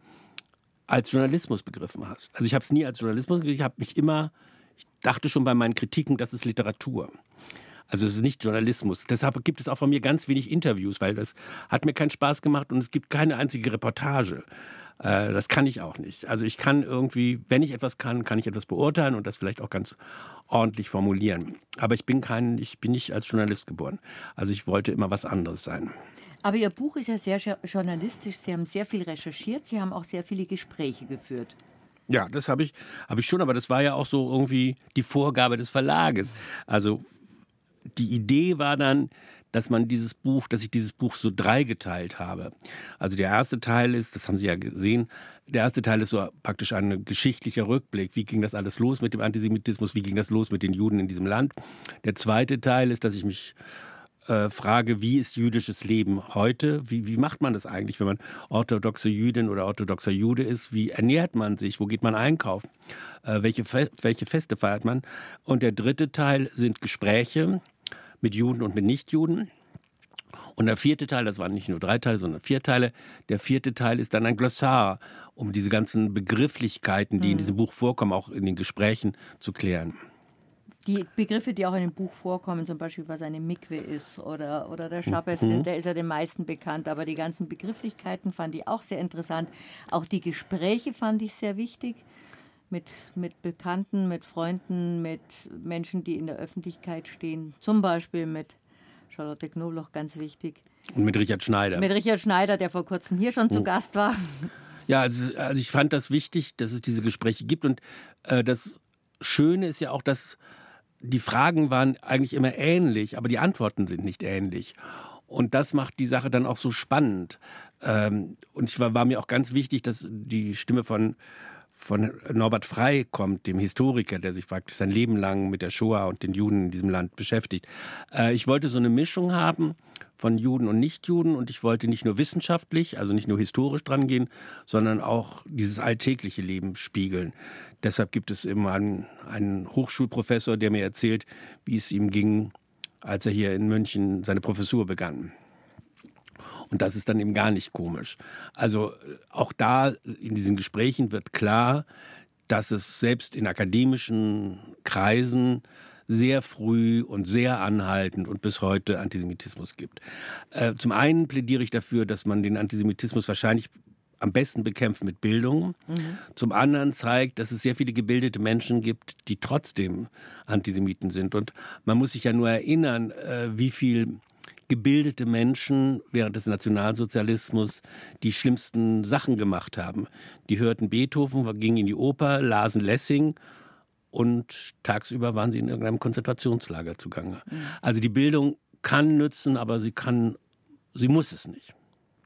als Journalismus begriffen hast. Also ich habe es nie als Journalismus begriffen, ich habe mich immer, ich dachte schon bei meinen Kritiken, das ist Literatur. Also es ist nicht Journalismus. Deshalb gibt es auch von mir ganz wenig Interviews, weil das hat mir keinen Spaß gemacht und es gibt keine einzige Reportage. Äh, das kann ich auch nicht. Also ich kann irgendwie, wenn ich etwas kann, kann ich etwas beurteilen und das vielleicht auch ganz ordentlich formulieren. Aber ich bin kein, ich bin nicht als Journalist geboren. Also ich wollte immer was anderes sein. Aber Ihr Buch ist ja sehr journalistisch. Sie haben sehr viel recherchiert. Sie haben auch sehr viele Gespräche geführt. Ja, das habe ich, habe ich schon. Aber das war ja auch so irgendwie die Vorgabe des Verlages. Also die Idee war dann, dass man dieses Buch, dass ich dieses Buch so dreigeteilt habe. Also der erste Teil ist, das haben Sie ja gesehen, der erste Teil ist so praktisch ein geschichtlicher Rückblick. Wie ging das alles los mit dem Antisemitismus? Wie ging das los mit den Juden in diesem Land? Der zweite Teil ist, dass ich mich äh, frage, wie ist jüdisches Leben heute? Wie, wie macht man das eigentlich, wenn man orthodoxe Jüdin oder orthodoxer Jude ist? Wie ernährt man sich? Wo geht man einkaufen? Äh, welche, Fe- welche Feste feiert man? Und der dritte Teil sind Gespräche mit Juden und mit Nichtjuden. Und der vierte Teil, das waren nicht nur drei Teile, sondern vier Teile, der vierte Teil ist dann ein Glossar, um diese ganzen Begrifflichkeiten, die in diesem Buch vorkommen, auch in den Gesprächen zu klären. Die Begriffe, die auch in dem Buch vorkommen, zum Beispiel was eine Mikwe ist oder, oder der Schabbes, mhm. der ist ja den meisten bekannt, aber die ganzen Begrifflichkeiten fand ich auch sehr interessant. Auch die Gespräche fand ich sehr wichtig. Mit, mit Bekannten, mit Freunden, mit Menschen, die in der Öffentlichkeit stehen. Zum Beispiel mit Charlotte Knobloch, ganz wichtig. Und mit Richard Schneider. Mit Richard Schneider, der vor kurzem hier schon zu oh. Gast war. Ja, also, also ich fand das wichtig, dass es diese Gespräche gibt. Und äh, das Schöne ist ja auch, dass die Fragen waren eigentlich immer ähnlich, aber die Antworten sind nicht ähnlich. Und das macht die Sache dann auch so spannend. Ähm, und es war, war mir auch ganz wichtig, dass die Stimme von von Norbert Frey kommt, dem Historiker, der sich praktisch sein Leben lang mit der Shoah und den Juden in diesem Land beschäftigt. Äh, ich wollte so eine Mischung haben von Juden und Nichtjuden und ich wollte nicht nur wissenschaftlich, also nicht nur historisch dran gehen, sondern auch dieses alltägliche Leben spiegeln. Deshalb gibt es immer einen, einen Hochschulprofessor, der mir erzählt, wie es ihm ging, als er hier in München seine Professur begann. Und das ist dann eben gar nicht komisch. Also auch da in diesen Gesprächen wird klar, dass es selbst in akademischen Kreisen sehr früh und sehr anhaltend und bis heute Antisemitismus gibt. Äh, zum einen plädiere ich dafür, dass man den Antisemitismus wahrscheinlich am besten bekämpft mit Bildung. Mhm. Zum anderen zeigt, dass es sehr viele gebildete Menschen gibt, die trotzdem Antisemiten sind. Und man muss sich ja nur erinnern, äh, wie viel gebildete Menschen während des Nationalsozialismus die schlimmsten Sachen gemacht haben. Die hörten Beethoven, gingen in die Oper, lasen Lessing und tagsüber waren sie in irgendeinem Konzentrationslager zugange. Mhm. Also die Bildung kann nützen, aber sie kann, sie muss es nicht.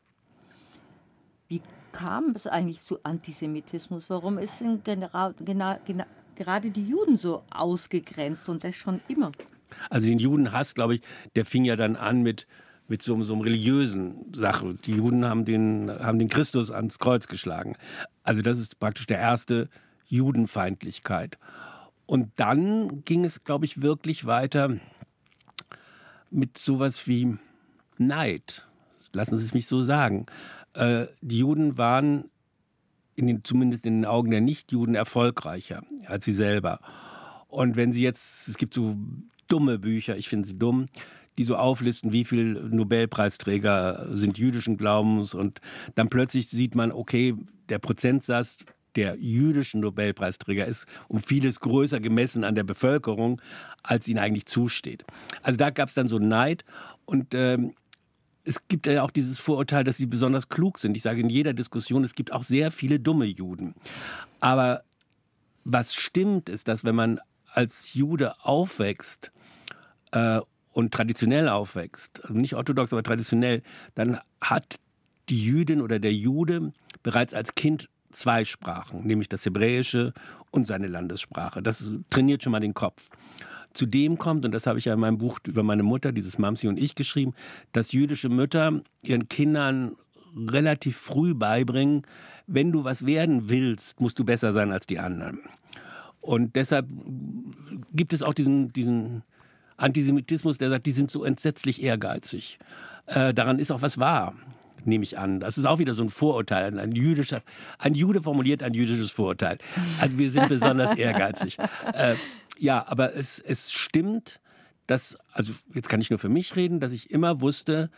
Wie kam es eigentlich zu Antisemitismus? Warum ist denn genera- gena- gena- gerade die Juden so ausgegrenzt und das schon immer? Also den Judenhass, glaube ich, der fing ja dann an mit, mit so, so einem religiösen Sache. Die Juden haben den, haben den Christus ans Kreuz geschlagen. Also das ist praktisch der erste Judenfeindlichkeit. Und dann ging es, glaube ich, wirklich weiter mit sowas wie Neid. Lassen Sie es mich so sagen. Äh, die Juden waren in den, zumindest in den Augen der Nichtjuden erfolgreicher als sie selber. Und wenn Sie jetzt, es gibt so dumme Bücher, ich finde sie dumm, die so auflisten, wie viele Nobelpreisträger sind jüdischen Glaubens und dann plötzlich sieht man, okay, der Prozentsatz der jüdischen Nobelpreisträger ist um vieles größer gemessen an der Bevölkerung, als ihnen eigentlich zusteht. Also da gab es dann so Neid und ähm, es gibt ja auch dieses Vorurteil, dass sie besonders klug sind. Ich sage in jeder Diskussion, es gibt auch sehr viele dumme Juden. Aber was stimmt, ist, dass wenn man als Jude aufwächst äh, und traditionell aufwächst, also nicht orthodox, aber traditionell, dann hat die Jüdin oder der Jude bereits als Kind zwei Sprachen, nämlich das Hebräische und seine Landessprache. Das trainiert schon mal den Kopf. Zudem kommt, und das habe ich ja in meinem Buch über meine Mutter, dieses Mamsi und ich geschrieben, dass jüdische Mütter ihren Kindern relativ früh beibringen, wenn du was werden willst, musst du besser sein als die anderen. Und deshalb gibt es auch diesen, diesen Antisemitismus, der sagt, die sind so entsetzlich ehrgeizig. Äh, daran ist auch was wahr, nehme ich an. Das ist auch wieder so ein Vorurteil. Ein, jüdischer, ein Jude formuliert ein jüdisches Vorurteil. Also wir sind besonders ehrgeizig. Äh, ja, aber es, es stimmt, dass, also jetzt kann ich nur für mich reden, dass ich immer wusste,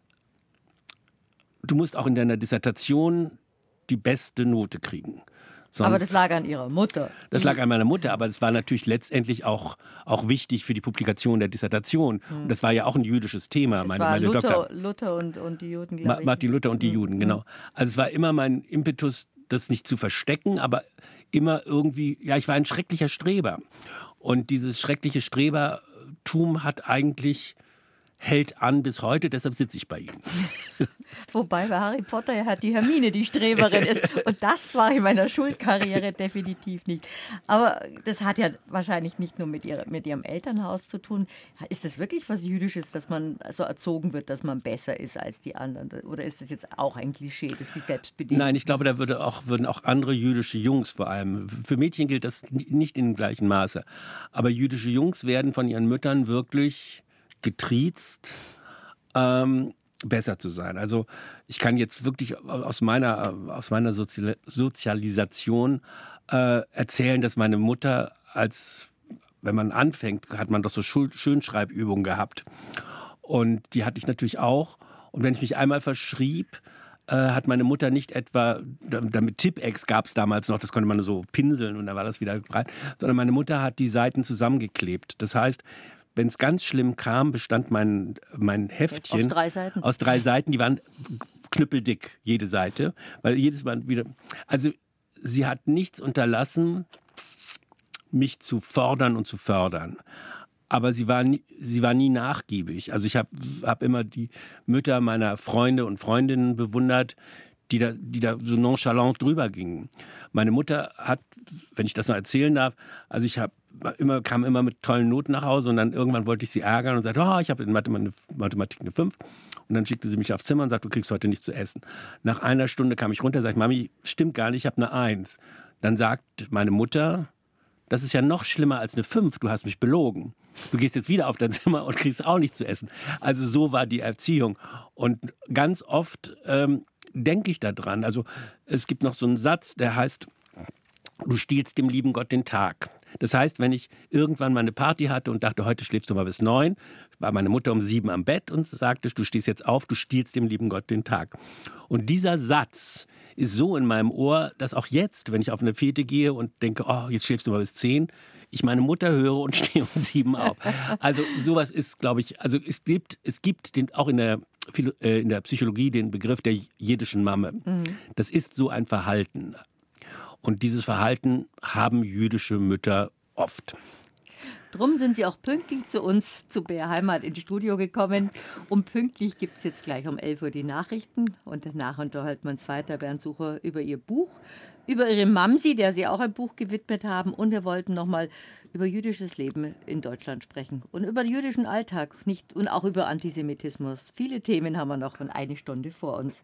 du musst auch in deiner Dissertation die beste Note kriegen. Sonst, aber das lag an Ihrer Mutter. Das lag an meiner Mutter, aber das war natürlich letztendlich auch, auch wichtig für die Publikation der Dissertation. Mhm. Und das war ja auch ein jüdisches Thema. Das meine, war meine Luther, Doktor, Luther und, und die Juden, glaube Ma- ich. Martin Luther und die mhm. Juden, genau. Also es war immer mein Impetus, das nicht zu verstecken, aber immer irgendwie, ja, ich war ein schrecklicher Streber. Und dieses schreckliche Strebertum hat eigentlich... hält an bis heute, deshalb sitze ich bei Ihnen. Wobei bei Harry Potter ja die Hermine die Streberin ist. Und das war in meiner Schulkarriere definitiv nicht. Aber das hat ja wahrscheinlich nicht nur mit, ihrer, mit Ihrem Elternhaus zu tun. Ist das wirklich was Jüdisches, dass man so erzogen wird, dass man besser ist als die anderen? Oder ist das jetzt auch ein Klischee, das Sie selbst bedienen? Nein, ich glaube, da würde auch, würden auch andere jüdische Jungs vor allem, für Mädchen gilt das nicht in dem gleichen Maße, aber jüdische Jungs werden von ihren Müttern wirklich getriezt, ähm, besser zu sein. Also ich kann jetzt wirklich aus meiner, aus meiner Sozial- Sozialisation äh, erzählen, dass meine Mutter, als wenn man anfängt, hat man doch so Schul- Schönschreibübungen gehabt. Und die hatte ich natürlich auch. Und wenn ich mich einmal verschrieb, äh, hat meine Mutter nicht etwa, damit Tippex gab es damals noch, das konnte man so pinseln und dann war das wieder rein, sondern meine Mutter hat die Seiten zusammengeklebt. Das heißt, wenn es ganz schlimm kam, bestand mein, mein Heftchen aus drei Seiten. Aus drei Seiten, die waren knüppeldick, jede Seite. Weil jedes Mal wieder. Also, sie hat nichts unterlassen, mich zu fordern und zu fördern. Aber sie war nie, sie war nie nachgiebig. Also, ich habe hab immer die Mütter meiner Freunde und Freundinnen bewundert, die da, die da so nonchalant drüber gingen. Meine Mutter hat, wenn ich das noch erzählen darf, also ich habe immer, kam immer mit tollen Noten nach Hause und dann irgendwann wollte ich sie ärgern und sagte, oh, ich habe in Mathematik eine fünf. Und dann schickte sie mich aufs Zimmer und sagte, du kriegst heute nichts zu essen. Nach einer Stunde kam ich runter und sagte, Mami, stimmt gar nicht, ich habe eine eins. Dann sagt meine Mutter, das ist ja noch schlimmer als eine fünf, du hast mich belogen. Du gehst jetzt wieder auf dein Zimmer und kriegst auch nichts zu essen. Also so war die Erziehung. Und ganz oft ähm, denke ich da dran. Also es gibt noch so einen Satz, der heißt, du stiehlst dem lieben Gott den Tag. Das heißt, wenn ich irgendwann mal eine Party hatte und dachte, heute schläfst du mal bis neun, war meine Mutter um sieben am Bett und sagte, du stehst jetzt auf, du stiehlst dem lieben Gott den Tag. Und dieser Satz ist so in meinem Ohr, dass auch jetzt, wenn ich auf eine Fete gehe und denke, oh, jetzt schläfst du mal bis zehn, ich meine Mutter höre und stehe um sieben auf. Also sowas ist, glaube ich, also es gibt, es gibt den, auch in der, in der Psychologie den Begriff der jiddischen Mamme. Mhm. Das ist so ein Verhalten. Und dieses Verhalten haben jüdische Mütter oft. Drum sind Sie auch pünktlich zu uns, zu B R Heimat, ins Studio gekommen. Und pünktlich gibt es jetzt gleich um elf Uhr die Nachrichten. Und danach unterhalten wir uns weiter, Bernd Sucher, über Ihr Buch, über Ihre Mamsi, der Sie auch ein Buch gewidmet haben. Und wir wollten nochmal über jüdisches Leben in Deutschland sprechen. Und über den jüdischen Alltag nicht, und auch über Antisemitismus. Viele Themen haben wir noch und eine Stunde vor uns.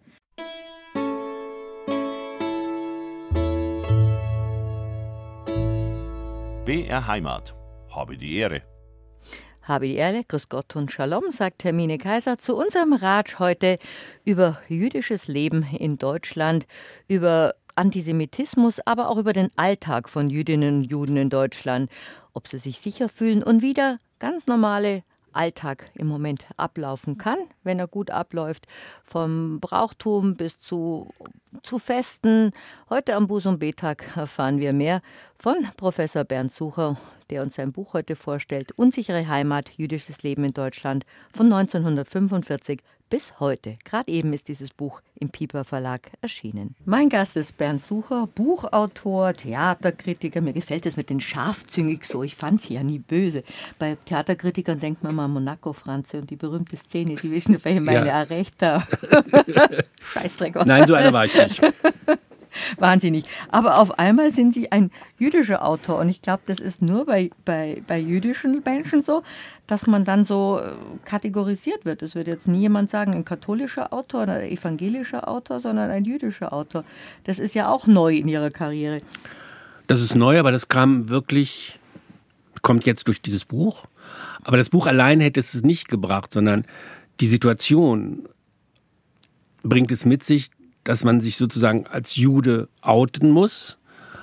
B R Heimat. Habe die Ehre. Habe die Ehre, grüß Gott und Shalom, sagt Hermine Kaiser zu unserem Ratsch heute über jüdisches Leben in Deutschland, über Antisemitismus, aber auch über den Alltag von Jüdinnen und Juden in Deutschland, ob sie sich sicher fühlen und wie der ganz normale Alltag im Moment ablaufen kann, wenn er gut abläuft, vom Brauchtum bis zu, zu Festen. Heute am Buß- und Betag erfahren wir mehr von Professor Bernd Sucher, der uns sein Buch heute vorstellt, Unsichere Heimat, jüdisches Leben in Deutschland von neunzehnhundertfünfundvierzig bis heute. Gerade eben ist dieses Buch im Piper Verlag erschienen. Mein Gast ist Bernd Sucher, Buchautor, Theaterkritiker. Mir gefällt es mit den scharfzüngig so. Ich fand sie ja nie böse. Bei Theaterkritikern denkt man mal an Monaco-Franze und die berühmte Szene. Sie wissen, welche meine ja. Arechta. Scheißdreck. Nein, so einer war ich nicht. Wahnsinnig. Aber auf einmal sind Sie ein jüdischer Autor. Und ich glaube, das ist nur bei, bei, bei jüdischen Menschen so, dass man dann so kategorisiert wird. Es wird jetzt nie jemand sagen, ein katholischer Autor oder ein evangelischer Autor, sondern ein jüdischer Autor. Das ist ja auch neu in Ihrer Karriere. Das ist neu, aber das kam wirklich, kommt jetzt durch dieses Buch. Aber das Buch allein hätte es nicht gebracht, sondern die Situation bringt es mit sich, dass man sich sozusagen als Jude outen muss.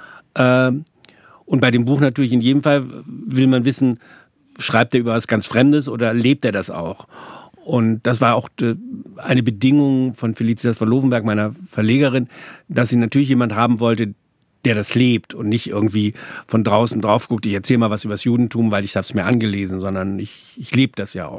Und bei dem Buch natürlich in jedem Fall will man wissen, schreibt er über was ganz Fremdes oder lebt er das auch? Und das war auch eine Bedingung von Felicitas von Lovenberg, meiner Verlegerin, dass sie natürlich jemand haben wollte, der das lebt und nicht irgendwie von draußen drauf guckt, ich erzähle mal was über das Judentum, weil ich habe es mir angelesen, sondern ich, ich lebe das ja auch.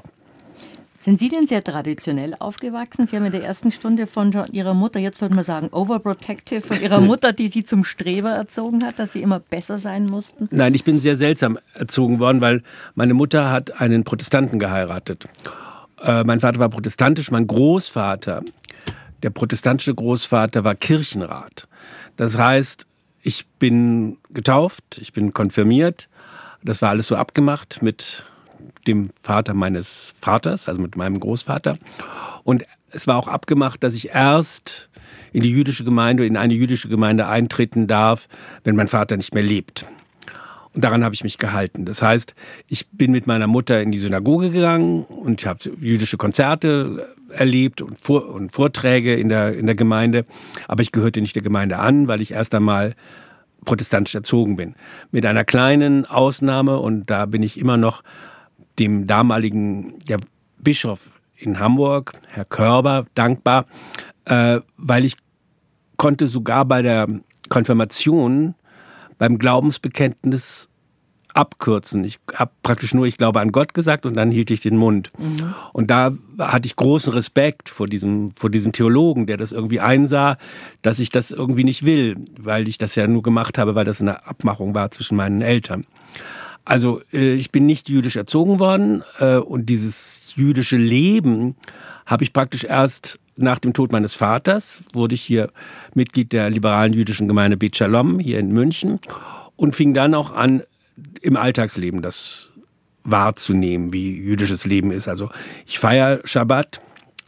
Sind Sie denn sehr traditionell aufgewachsen? Sie haben in der ersten Stunde von Ihrer Mutter, jetzt würde man sagen overprotective, von Ihrer Mutter, die Sie zum Streber erzogen hat, dass Sie immer besser sein mussten? Nein, ich bin sehr seltsam erzogen worden, weil meine Mutter hat einen Protestanten geheiratet. Äh, mein Vater war protestantisch, mein Großvater, der protestantische Großvater, war Kirchenrat. Das heißt, ich bin getauft, ich bin konfirmiert, das war alles so abgemacht mit dem Vater meines Vaters, also mit meinem Großvater. Und es war auch abgemacht, dass ich erst in die jüdische Gemeinde, in eine jüdische Gemeinde eintreten darf, wenn mein Vater nicht mehr lebt. Und daran habe ich mich gehalten. Das heißt, ich bin mit meiner Mutter in die Synagoge gegangen und ich habe jüdische Konzerte erlebt und, Vor- und Vorträge in der, in der Gemeinde. Aber ich gehörte nicht der Gemeinde an, weil ich erst einmal protestantisch erzogen bin. Mit einer kleinen Ausnahme, und da bin ich immer noch dem damaligen der Bischof in Hamburg, Herr Körber, dankbar, äh, weil ich konnte sogar bei der Konfirmation, beim Glaubensbekenntnis abkürzen. Ich habe praktisch nur, ich glaube an Gott gesagt und dann hielt ich den Mund. Mhm. Und da hatte ich großen Respekt vor diesem, vor diesem Theologen, der das irgendwie einsah, dass ich das irgendwie nicht will, weil ich das ja nur gemacht habe, weil das eine Abmachung war zwischen meinen Eltern. Also ich bin nicht jüdisch erzogen worden und dieses jüdische Leben habe ich praktisch erst nach dem Tod meines Vaters, wurde ich hier Mitglied der liberalen jüdischen Gemeinde Bet Shalom hier in München und fing dann auch an, im Alltagsleben das wahrzunehmen, wie jüdisches Leben ist. Also ich feiere Schabbat,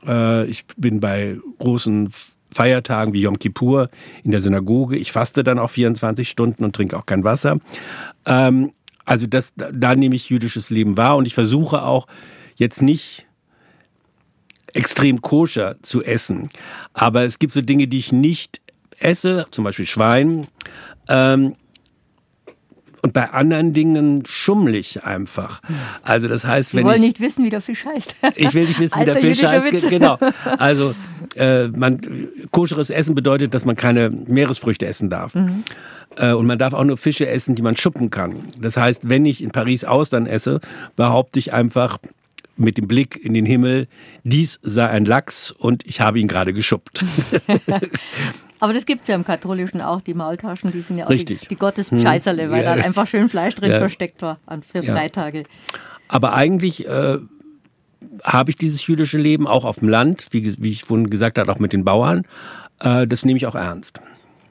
ich bin bei großen Feiertagen wie Yom Kippur in der Synagoge, ich faste dann auch vierundzwanzig Stunden und trinke auch kein Wasser. Also das, da nehme ich jüdisches Leben wahr und ich versuche auch jetzt nicht extrem koscher zu essen. Aber es gibt so Dinge, die ich nicht esse, zum Beispiel Schwein, ähm, und bei anderen Dingen schummelig einfach. Also das heißt, Sie wenn wollen ich, nicht wissen, wie der Fisch heißt. Ich will nicht wissen, wie der Alter Fisch jüdischer heißt. Witz. Genau. Also äh, man, koscheres Essen bedeutet, dass man keine Meeresfrüchte essen darf. Mhm. Äh, und man darf auch nur Fische essen, die man schuppen kann. Das heißt, wenn ich in Paris Austern esse, behaupte ich einfach mit dem Blick in den Himmel, dies sei ein Lachs und ich habe ihn gerade geschuppt. Aber das gibt es ja im Katholischen auch, die Maultaschen, die sind ja auch Richtig. die, die Gottespscheißerle, weil Ja. da einfach schön Fleisch drin Ja. versteckt war an, für Ja. Freitage. Aber eigentlich äh, habe ich dieses jüdische Leben auch auf dem Land, wie, wie ich vorhin gesagt habe, auch mit den Bauern. Äh, das nehme ich auch ernst.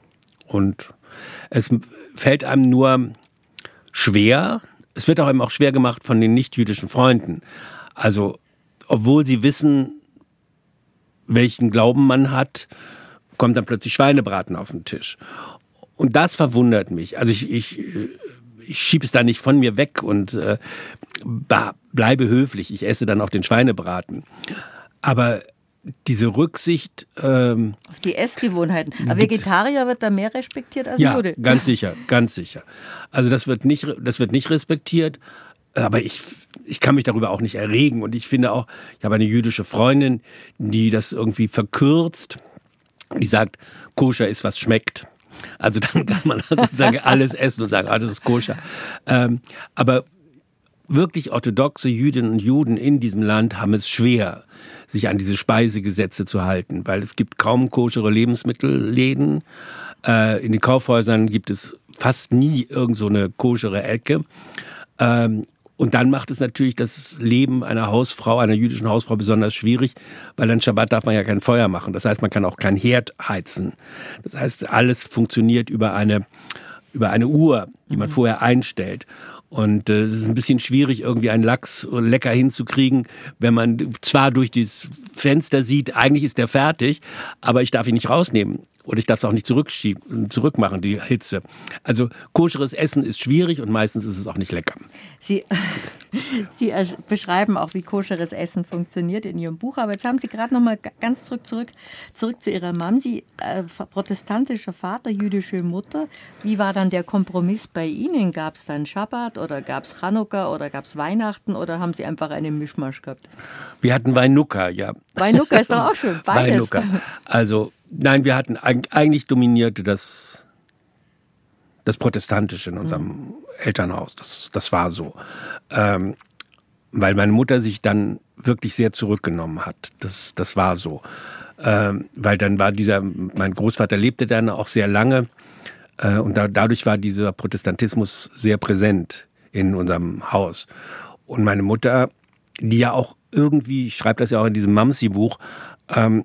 Und es fällt einem nur schwer, es wird auch eben auch schwer gemacht von den nicht-jüdischen Freunden. Also, obwohl sie wissen, welchen Glauben man hat, kommt dann plötzlich Schweinebraten auf den Tisch. Und das verwundert mich. Also ich, ich, ich schiebe es da nicht von mir weg und äh, bleibe höflich. Ich esse dann auch den Schweinebraten. Aber diese Rücksicht... Ähm, auf die Essgewohnheiten. Aber Vegetarier wird da mehr respektiert als ja, Jude. ganz sicher, ganz sicher. Also das wird nicht, das wird nicht respektiert. Aber ich, ich kann mich darüber auch nicht erregen. Und ich finde auch, ich habe eine jüdische Freundin, die das irgendwie verkürzt. Die sagt, koscher ist, was schmeckt. Also dann kann man sozusagen alles essen und sagen, ah, das ist koscher. Ähm, aber wirklich orthodoxe Jüdinnen und Juden in diesem Land haben es schwer, sich an diese Speisegesetze zu halten, weil es gibt kaum koschere Lebensmittelläden. Äh, in den Kaufhäusern gibt es fast nie irgend so eine koschere Ecke. Ähm, Und dann macht es natürlich das Leben einer Hausfrau, einer jüdischen Hausfrau besonders schwierig, weil an Schabbat darf man ja kein Feuer machen. Das heißt, man kann auch kein Herd heizen. Das heißt, alles funktioniert über eine, über eine Uhr, die man mhm. vorher einstellt. Und äh, es ist ein bisschen schwierig, irgendwie einen Lachs lecker hinzukriegen, wenn man zwar durch das Fenster sieht, eigentlich ist der fertig, aber ich darf ihn nicht rausnehmen. Oder ich darf es auch nicht zurückschieben, zurückmachen, die Hitze. Also koscheres Essen ist schwierig und meistens ist es auch nicht lecker. Sie, Sie beschreiben auch, wie koscheres Essen funktioniert in Ihrem Buch. Aber jetzt haben Sie gerade noch mal ganz zurück, zurück, zurück zu Ihrer Mamsi, äh, protestantischer Vater, jüdische Mutter. Wie war dann der Kompromiss bei Ihnen? Gab es dann Schabbat oder gab es Chanukka oder gab es Weihnachten oder haben Sie einfach einen Mischmasch gehabt? Wir hatten Weinukka, ja. Weinukka ist doch auch schön, beides. Weinukka. Also Nein, wir hatten eigentlich dominierte das, das Protestantische in unserem mhm. Elternhaus. Das, das war so. Ähm, weil meine Mutter sich dann wirklich sehr zurückgenommen hat. Das, das war so. Ähm, weil dann war dieser, mein Großvater lebte dann auch sehr lange äh, und da, dadurch war dieser Protestantismus sehr präsent in unserem Haus. Und meine Mutter, die ja auch irgendwie, ich schreibe das ja auch in diesem Mamsi-Buch, ähm,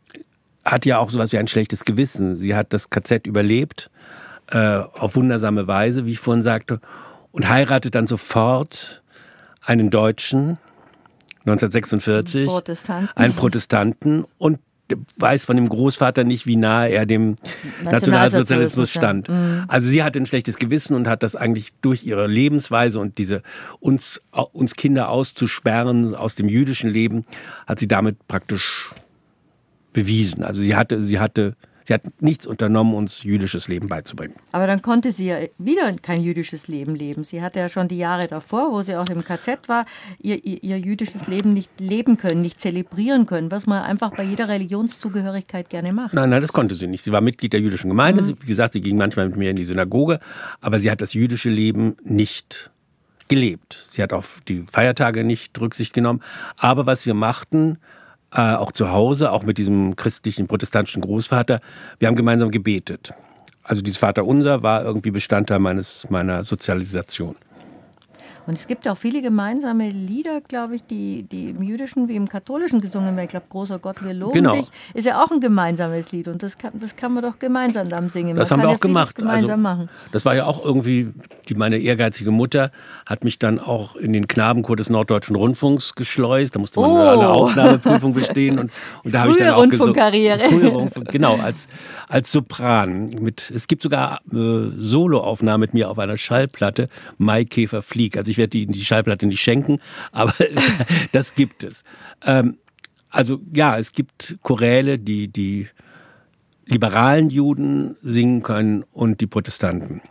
hat ja auch sowas wie ein schlechtes Gewissen. Sie hat das K Z überlebt, äh, auf wundersame Weise, wie ich vorhin sagte, und heiratet dann sofort einen Deutschen, neunzehnhundertsechsundvierzig, Protestanten. einen Protestanten und weiß von dem Großvater nicht, wie nahe er dem Nationalsozialismus, Nationalsozialismus stand. Ja. Mhm. Also sie hatte ein schlechtes Gewissen und hat das eigentlich durch ihre Lebensweise und diese uns, uns Kinder auszusperren aus dem jüdischen Leben, hat sie damit praktisch bewiesen. Also sie hatte, sie hatte, sie hat nichts unternommen, uns jüdisches Leben beizubringen. Aber dann konnte sie ja wieder kein jüdisches Leben leben. Sie hatte ja schon die Jahre davor, wo sie auch im K Z war, ihr, ihr, ihr jüdisches Leben nicht leben können, nicht zelebrieren können, was man einfach bei jeder Religionszugehörigkeit gerne macht. Nein, nein, das konnte sie nicht. Sie war Mitglied der jüdischen Gemeinde. Mhm. Wie gesagt, sie ging manchmal mit mir in die Synagoge, aber sie hat das jüdische Leben nicht gelebt. Sie hat auf die Feiertage nicht Rücksicht genommen. Aber was wir machten, Äh, auch zu Hause, auch mit diesem christlichen, protestantischen Großvater. Wir haben gemeinsam gebetet. Also dieses Vaterunser war irgendwie Bestandteil meines, meiner Sozialisation. Und es gibt auch viele gemeinsame Lieder, glaube ich, die, die im Jüdischen wie im Katholischen gesungen werden. Ich glaube, Großer Gott, wir loben genau. dich. Ist ja auch ein gemeinsames Lied und das kann, das kann man doch gemeinsam dann singen. Das man haben kann wir auch ja gemacht. Gemeinsam also, machen. Das war ja auch irgendwie, die, meine ehrgeizige Mutter hat mich dann auch in den Knabenchor des Norddeutschen Rundfunks geschleust. Da musste man oh. eine Aufnahmeprüfung bestehen. Und, und da habe ich dann auch Rundfunkkarriere. Frühe Rundfunk, genau, als, als Sopran. Mit, es gibt sogar äh, Soloaufnahmen mit mir auf einer Schallplatte, Maikäfer flieg. Also ich werde die, die Schallplatte nicht schenken, aber das gibt es. Ähm, also ja, es gibt Choräle, die die liberalen Juden singen können und die Protestanten.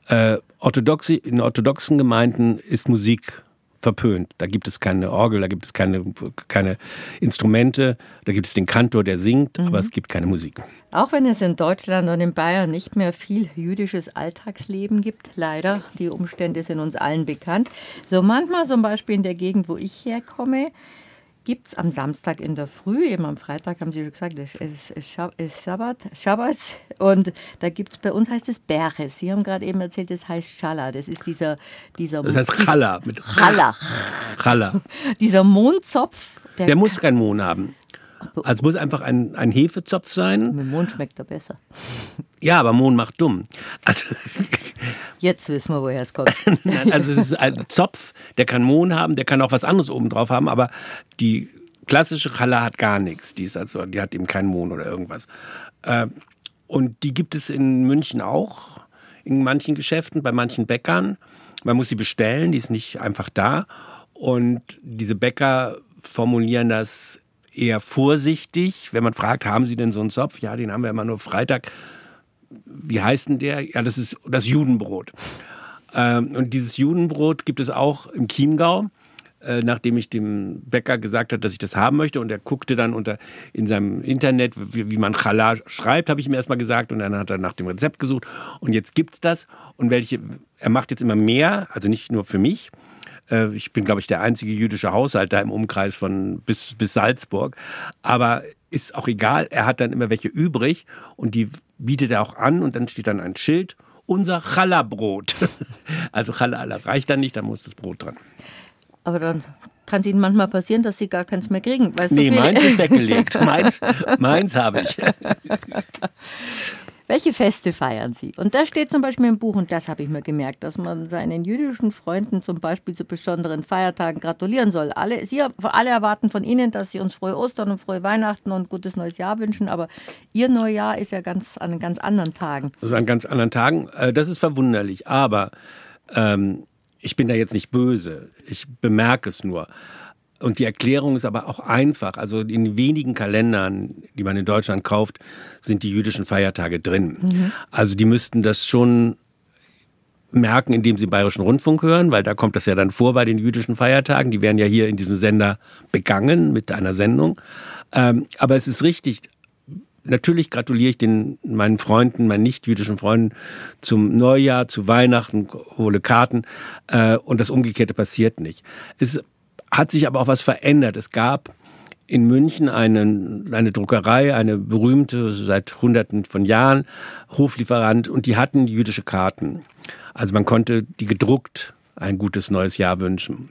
Äh, orthodoxi, in orthodoxen Gemeinden ist Musik verpönt. Da gibt es keine Orgel, da gibt es keine, keine Instrumente, da gibt es den Kantor, der singt, mhm. aber es gibt keine Musik. Auch wenn es in Deutschland und in Bayern nicht mehr viel jüdisches Alltagsleben gibt, leider, die Umstände sind uns allen bekannt. So manchmal zum Beispiel in der Gegend, wo ich herkomme, gibt es am Samstag in der Früh, eben am Freitag haben Sie schon gesagt, es ist Schabbat, Schabbos, und da gibt es, bei uns heißt es Berches. Sie haben gerade eben erzählt, das heißt Schala, das ist dieser... dieser das heißt Challah. Mit Challah. Challah. Dieser Mondzopf. Der, der muss keinen Mohn haben. Also es muss einfach ein, ein Hefezopf sein. Mit Mohn schmeckt er besser. Ja, aber Mohn macht dumm. Also jetzt wissen wir, woher es kommt. Also es ist ein Zopf, der kann Mohn haben, der kann auch was anderes oben drauf haben, aber die klassische Challah hat gar nichts. Die, ist also, die hat eben keinen Mohn oder irgendwas. Und die gibt es in München auch, in manchen Geschäften, bei manchen Bäckern. Man muss sie bestellen, die ist nicht einfach da. Und diese Bäcker formulieren das eher vorsichtig, wenn man fragt, haben Sie denn so einen Zopf? Ja, den haben wir immer nur Freitag. Wie heißt denn der? Ja, das ist das Judenbrot. Ähm, und dieses Judenbrot gibt es auch im Chiemgau, äh, nachdem ich dem Bäcker gesagt habe, dass ich das haben möchte. Und er guckte dann unter in seinem Internet, wie, wie man Challah schreibt, habe ich ihm erstmal gesagt. Und dann hat er nach dem Rezept gesucht. Und jetzt gibt's das. Und welche, er macht jetzt immer mehr, also nicht nur für mich. Ich bin, glaube ich, der einzige jüdische Haushalt da im Umkreis von bis, bis Salzburg. Aber ist auch egal, er hat dann immer welche übrig und die bietet er auch an und dann steht dann ein Schild, unser Challah-Brot. Also Challah reicht dann nicht, dann muss das Brot dran. Aber dann kann es Ihnen manchmal passieren, dass Sie gar keins mehr kriegen. Weil nee, so meins ist weggelegt. meins meins habe ich. Welche Feste feiern Sie? Und das steht zum Beispiel im Buch, und das habe ich mir gemerkt, dass man seinen jüdischen Freunden zum Beispiel zu besonderen Feiertagen gratulieren soll. Alle, Sie alle erwarten von Ihnen, dass Sie uns frohe Ostern und frohe Weihnachten und gutes neues Jahr wünschen, aber Ihr Neujahr ist ja ganz an ganz anderen Tagen. Das ist an ganz anderen Tagen. Das ist verwunderlich, aber ähm, ich bin da jetzt nicht böse. Ich bemerke es nur. Und die Erklärung ist aber auch einfach. Also in wenigen Kalendern, die man in Deutschland kauft, sind die jüdischen Feiertage drin. Mhm. Also die müssten das schon merken, indem sie Bayerischen Rundfunk hören, weil da kommt das ja dann vor bei den jüdischen Feiertagen. Die werden ja hier in diesem Sender begangen mit einer Sendung. Ähm, aber es ist richtig. Natürlich gratuliere ich den, meinen Freunden, meinen nicht-jüdischen Freunden zum Neujahr, zu Weihnachten, hole Karten. Äh, und das Umgekehrte passiert nicht. Es hat sich aber auch was verändert. Es gab in München eine, eine Druckerei, eine berühmte, seit Hunderten von Jahren, Hoflieferant, und die hatten jüdische Karten. Also man konnte die gedruckt ein gutes neues Jahr wünschen.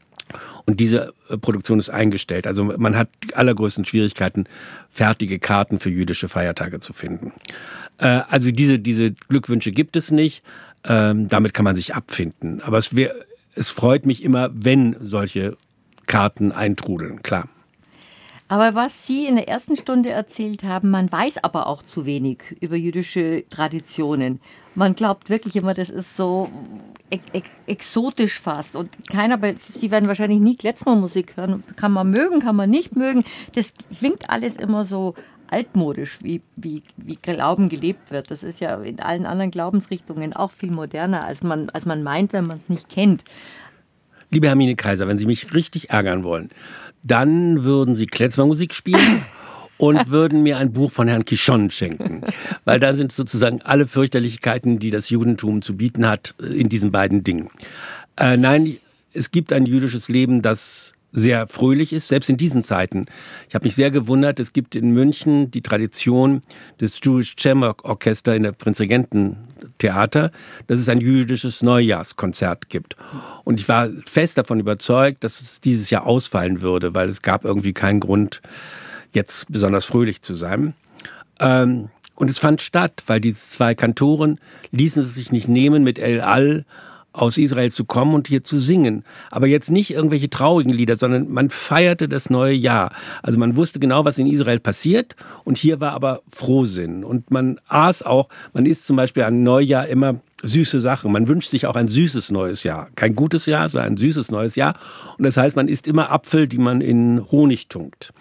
Und diese Produktion ist eingestellt. Also man hat die allergrößten Schwierigkeiten, fertige Karten für jüdische Feiertage zu finden. Äh, also diese, diese Glückwünsche gibt es nicht. Ähm, damit kann man sich abfinden. Aber es wäre, es freut mich immer, wenn solche Karten eintrudeln, klar. Aber was Sie in der ersten Stunde erzählt haben, man weiß aber auch zu wenig über jüdische Traditionen. Man glaubt wirklich immer, das ist so ex- ex- exotisch fast. Und keiner, Sie werden wahrscheinlich nie Klezmer-Musik hören. Kann man mögen, kann man nicht mögen. Das klingt alles immer so altmodisch, wie, wie, wie Glauben gelebt wird. Das ist ja in allen anderen Glaubensrichtungen auch viel moderner, als man, als man meint, wenn man es nicht kennt. Liebe Hermine Kaiser, wenn Sie mich richtig ärgern wollen, dann würden Sie Klezmer-Musik spielen und würden mir ein Buch von Herrn Kishon schenken. Weil da sind sozusagen alle Fürchterlichkeiten, die das Judentum zu bieten hat, in diesen beiden Dingen. Äh, nein, es gibt ein jüdisches Leben, das sehr fröhlich ist, selbst in diesen Zeiten. Ich habe mich sehr gewundert, es gibt in München die Tradition des Jewish Chamber Orchester in der Prinzregententheater, dass es ein jüdisches Neujahrskonzert gibt. Und ich war fest davon überzeugt, dass es dieses Jahr ausfallen würde, weil es gab irgendwie keinen Grund, jetzt besonders fröhlich zu sein. Ähm, und es fand statt, weil diese zwei Kantoren ließen es sich nicht nehmen, mit El Al aus Israel zu kommen und hier zu singen. Aber jetzt nicht irgendwelche traurigen Lieder, sondern man feierte das neue Jahr. Also man wusste genau, was in Israel passiert, und hier war aber Frohsinn. Und man aß auch, man isst zum Beispiel an Neujahr immer süße Sachen. Man wünscht sich auch ein süßes neues Jahr. Kein gutes Jahr, sondern ein süßes neues Jahr. Und das heißt, man isst immer Apfel, die man in Honig tunkt.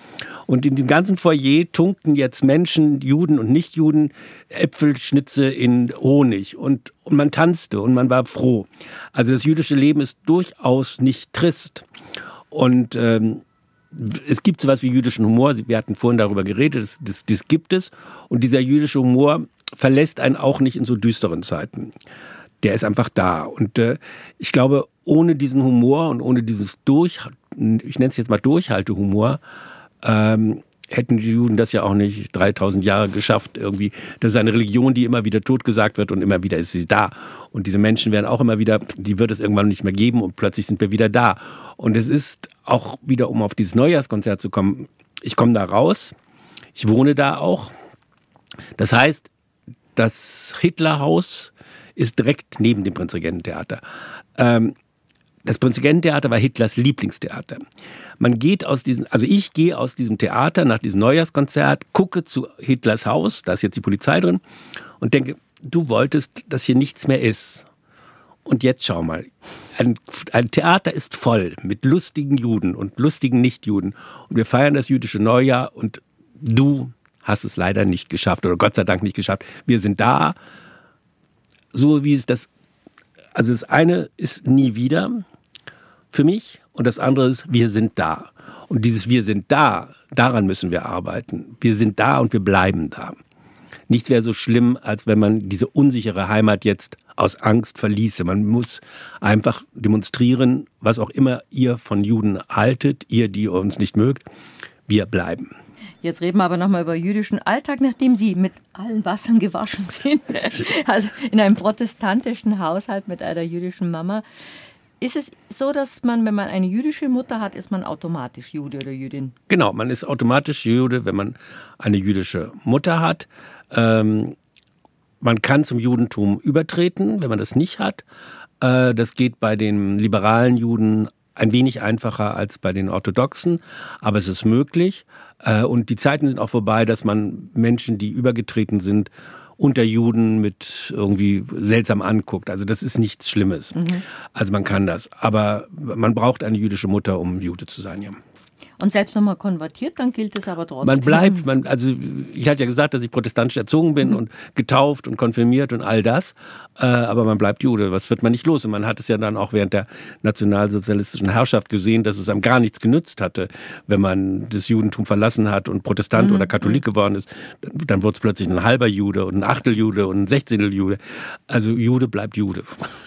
Und in dem ganzen Foyer tunkten jetzt Menschen, Juden und Nichtjuden, Äpfelschnitze in Honig. Und, und man tanzte und man war froh. Also das jüdische Leben ist durchaus nicht trist. Und ähm, es gibt sowas wie jüdischen Humor. Wir hatten vorhin darüber geredet, das, das, das gibt es. Und dieser jüdische Humor verlässt einen auch nicht in so düsteren Zeiten. Der ist einfach da. Und äh, ich glaube, ohne diesen Humor und ohne dieses Durch, ich nenne es jetzt mal Durchhaltehumor, ähm, hätten die Juden das ja auch nicht dreitausend Jahre geschafft. Irgendwie, das ist eine Religion, die immer wieder totgesagt wird und immer wieder ist sie da. Und diese Menschen werden auch immer wieder, die wird es irgendwann nicht mehr geben und plötzlich sind wir wieder da. Und es ist auch wieder, um auf dieses Neujahrskonzert zu kommen, ich komme da raus, ich wohne da auch. Das heißt, das Hitlerhaus ist direkt neben dem Prinzregententheater. Ähm, das Prinzregententheater war Hitlers Lieblingstheater. Man geht aus diesem, also ich gehe aus diesem Theater nach diesem Neujahrskonzert, gucke zu Hitlers Haus, da ist jetzt die Polizei drin, und denke, du wolltest, dass hier nichts mehr ist. Und jetzt schau mal, ein, ein Theater ist voll mit lustigen Juden und lustigen Nichtjuden. Und wir feiern das jüdische Neujahr und du hast es leider nicht geschafft oder Gott sei Dank nicht geschafft. Wir sind da, so wie es das, also das eine ist nie wieder für mich und das andere ist, wir sind da. Und dieses Wir sind da, daran müssen wir arbeiten. Wir sind da und wir bleiben da. Nichts wäre so schlimm, als wenn man diese unsichere Heimat jetzt aus Angst verließe. Man muss einfach demonstrieren, was auch immer ihr von Juden haltet, ihr, die uns nicht mögt, wir bleiben. Jetzt reden wir aber nochmal über jüdischen Alltag, nachdem Sie mit allen Wassern gewaschen sind. Also in einem protestantischen Haushalt mit einer jüdischen Mama. Ist es so, dass man, wenn man eine jüdische Mutter hat, ist man automatisch Jude oder Jüdin? Genau, man ist automatisch Jude, wenn man eine jüdische Mutter hat. Ähm, man kann zum Judentum übertreten, wenn man das nicht hat. Äh, das geht bei den liberalen Juden ein wenig einfacher als bei den Orthodoxen, aber es ist möglich. Äh, und die Zeiten sind auch vorbei, dass man Menschen, die übergetreten sind, unter Juden mit irgendwie seltsam anguckt. Also das ist nichts Schlimmes. Mhm. Also man kann das. Aber man braucht eine jüdische Mutter, um Jude zu sein, ja. Und selbst wenn man konvertiert, dann gilt es aber trotzdem. Man bleibt, man, also ich hatte ja gesagt, dass ich protestantisch erzogen bin mhm. und getauft und konfirmiert und all das. Äh, aber man bleibt Jude. Was wird man nicht los? Und man hat es ja dann auch während der nationalsozialistischen Herrschaft gesehen, dass es einem gar nichts genützt hatte, wenn man das Judentum verlassen hat und Protestant mhm. oder Katholik geworden ist. Dann wurde es plötzlich ein halber Jude und ein Achteljude und ein Sechzehnteljude. Also Jude bleibt Jude.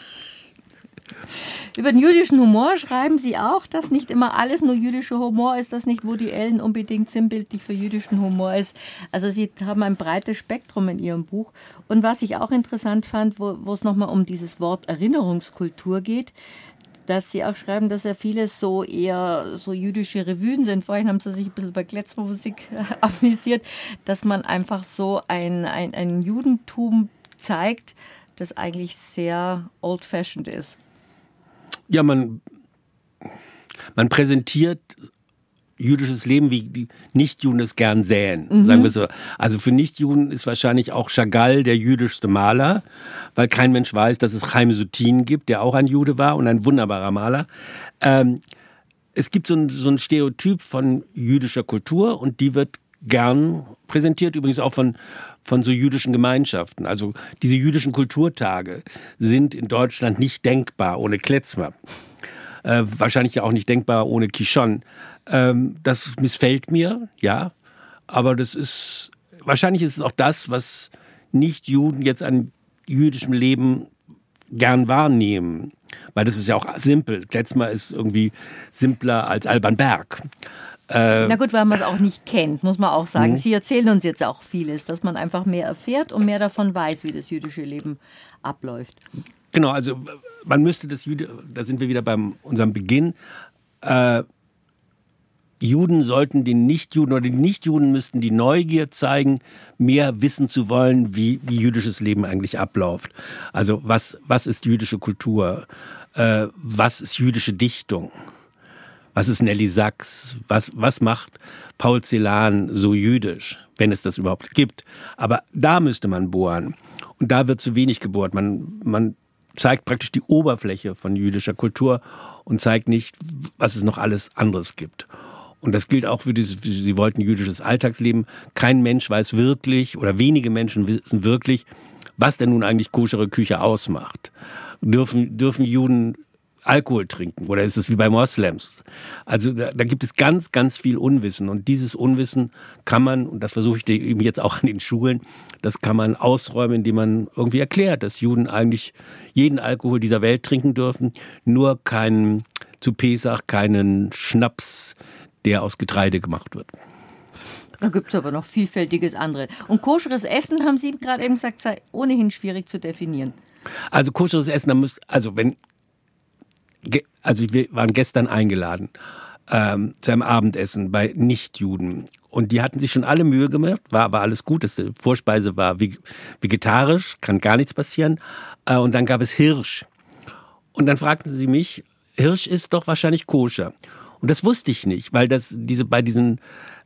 Über den jüdischen Humor schreiben Sie auch, dass nicht immer alles nur jüdischer Humor ist, dass nicht Woody Allen unbedingt sinnbildlich für jüdischen Humor ist. Also Sie haben ein breites Spektrum in Ihrem Buch. Und was ich auch interessant fand, wo, wo es nochmal um dieses Wort Erinnerungskultur geht, dass Sie auch schreiben, dass ja vieles so eher so jüdische Revuen sind. Vorhin haben Sie sich ein bisschen bei Klezmermusik amüsiert, dass man einfach so ein, ein, ein Judentum zeigt, das eigentlich sehr old-fashioned ist. Ja, man, man präsentiert jüdisches Leben, wie die Nichtjuden es gern sähen, mhm. sagen wir so. Also für Nichtjuden ist wahrscheinlich auch Chagall der jüdischste Maler, weil kein Mensch weiß, dass es Chaim Soutine gibt, der auch ein Jude war und ein wunderbarer Maler. Ähm, es gibt so ein, so ein Stereotyp von jüdischer Kultur und die wird gern präsentiert, übrigens auch von von so jüdischen Gemeinschaften. Also diese jüdischen Kulturtage sind in Deutschland nicht denkbar ohne Klezmer. Äh, wahrscheinlich auch nicht denkbar ohne Kishon. Ähm, das missfällt mir, ja. Aber das ist, wahrscheinlich ist es auch das, was Nicht-Juden jetzt an jüdischem Leben gern wahrnehmen. Weil das ist ja auch simpel. Klezmer ist irgendwie simpler als Alban Berg. Na gut, weil man es auch nicht kennt, muss man auch sagen. Mhm. Sie erzählen uns jetzt auch vieles, dass man einfach mehr erfährt und mehr davon weiß, wie das jüdische Leben abläuft. Genau, also man müsste das Jüde, da sind wir wieder bei unserem Beginn, äh, Juden sollten den Nichtjuden oder die Nichtjuden müssten die Neugier zeigen, mehr wissen zu wollen, wie, wie jüdisches Leben eigentlich abläuft. Also was, was ist jüdische Kultur? Äh, was ist jüdische Dichtung? Was ist Nelly Sachs? Was, was macht Paul Celan so jüdisch, wenn es das überhaupt gibt? Aber da müsste man bohren. Und da wird zu wenig gebohrt. Man, man zeigt praktisch die Oberfläche von jüdischer Kultur und zeigt nicht, was es noch alles anderes gibt. und das gilt auch für dieses, sie wollten jüdisches Alltagsleben, kein Mensch weiß wirklich oder wenige Menschen wissen wirklich, was denn nun eigentlich koschere Küche ausmacht. Dürfen, dürfen Juden Alkohol trinken oder ist es wie bei Moslems? Also da, da gibt es ganz, ganz viel Unwissen und dieses Unwissen kann man, und das versuche ich eben jetzt auch an den Schulen, das kann man ausräumen, indem man irgendwie erklärt, dass Juden eigentlich jeden Alkohol dieser Welt trinken dürfen, nur keinen, zu Pesach keinen Schnaps, der aus Getreide gemacht wird. Da gibt es aber noch vielfältiges andere. Und koscheres Essen, haben Sie gerade eben gesagt, sei ohnehin schwierig zu definieren. Also koscheres Essen, da muss, also wenn, also wir waren gestern eingeladen ähm, zu einem Abendessen bei Nichtjuden. Und die hatten sich schon alle Mühe gemacht, war, war alles gut. Die Vorspeise war vegetarisch, kann gar nichts passieren. Äh, und dann gab es Hirsch. Und dann fragten sie mich, Hirsch ist doch wahrscheinlich koscher. Und das wusste ich nicht, weil das diese bei diesen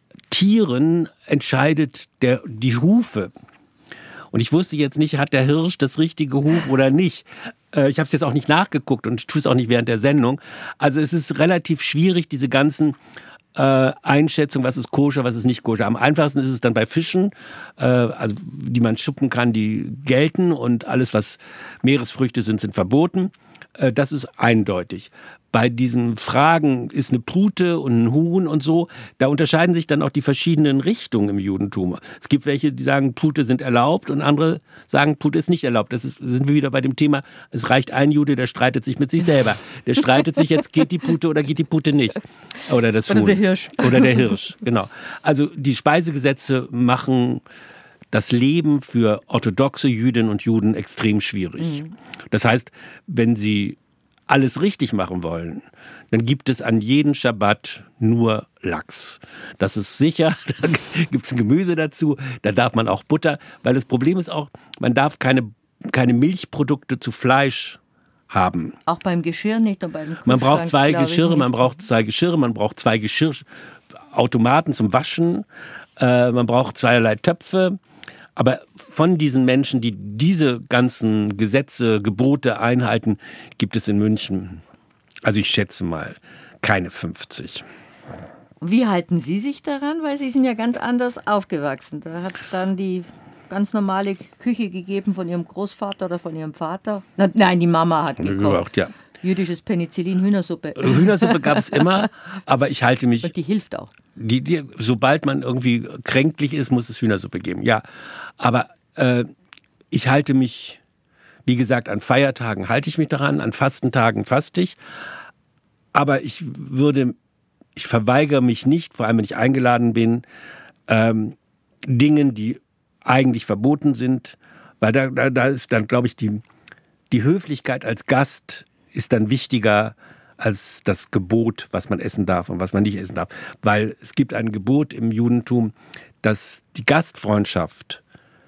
Tieren entscheidet der, die Hufe. Und ich wusste jetzt nicht, hat der Hirsch das richtige Huf oder nicht. Äh, ich habe es jetzt auch nicht nachgeguckt und ich tue es auch nicht während der Sendung. Also es ist relativ schwierig, diese ganzen äh, Einschätzungen, was ist koscher, was ist nicht koscher. Am einfachsten ist es dann bei Fischen, äh, also die man schuppen kann, die gelten und alles, was Meeresfrüchte sind, sind verboten. Äh, das ist eindeutig. Bei diesen Fragen, ist eine Pute und ein Huhn und so, da unterscheiden sich dann auch die verschiedenen Richtungen im Judentum. Es gibt welche, die sagen, Pute sind erlaubt und andere sagen, Pute ist nicht erlaubt. Das ist, sind wir wieder bei dem Thema, es reicht ein Jude, der streitet sich mit sich selber. Der streitet sich jetzt, geht die Pute oder geht die Pute nicht. Oder das Huhn. Oder der Hirsch. Oder der Hirsch, genau. Also die Speisegesetze machen das Leben für orthodoxe Jüdinnen und Juden extrem schwierig. Mhm. Das heißt, wenn sie alles richtig machen wollen, dann gibt es an jeden Schabbat nur Lachs. Das ist sicher, da gibt es Gemüse dazu, da darf man auch Butter, weil das Problem ist auch, man darf keine, keine Milchprodukte zu Fleisch haben. Auch beim Geschirr nicht und beim Kühlschrank. Man braucht zwei Geschirre, man braucht zwei Geschirre, man braucht zwei Geschirrautomaten zum Waschen, äh, man braucht zweierlei Töpfe. Aber von diesen Menschen, die diese ganzen Gesetze, Gebote einhalten, gibt es in München, also ich schätze mal, keine fünfzig. Wie halten Sie sich daran? Weil Sie sind ja ganz anders aufgewachsen. Da hat es dann die ganz normale Küche gegeben von Ihrem Großvater oder von Ihrem Vater. Nein, die Mama hat gekocht. Gekocht, ja. Jüdisches Penicillin, Hühnersuppe. Hühnersuppe gab es immer, aber ich halte mich... Und die hilft auch. Die, die, sobald man irgendwie kränklich ist, muss es Hühnersuppe geben. Ja, aber äh, ich halte mich, wie gesagt, an Feiertagen halte ich mich daran, an Fastentagen faste ich. Aber ich würde, ich verweigere mich nicht, vor allem wenn ich eingeladen bin, ähm, Dingen, die eigentlich verboten sind, weil da, da, da ist dann, glaube ich, die, die Höflichkeit als Gast ist dann wichtiger als das Gebot, was man essen darf und was man nicht essen darf. Weil es gibt ein Gebot im Judentum, dass die Gastfreundschaft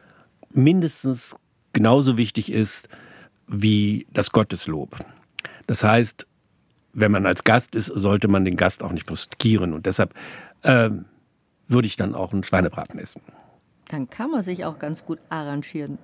mindestens genauso wichtig ist wie das Gotteslob. Das heißt, wenn man als Gast ist, sollte man den Gast auch nicht brüskieren. Und deshalb äh, würde ich dann auch einen Schweinebraten essen. Dann kann man sich auch ganz gut arrangieren.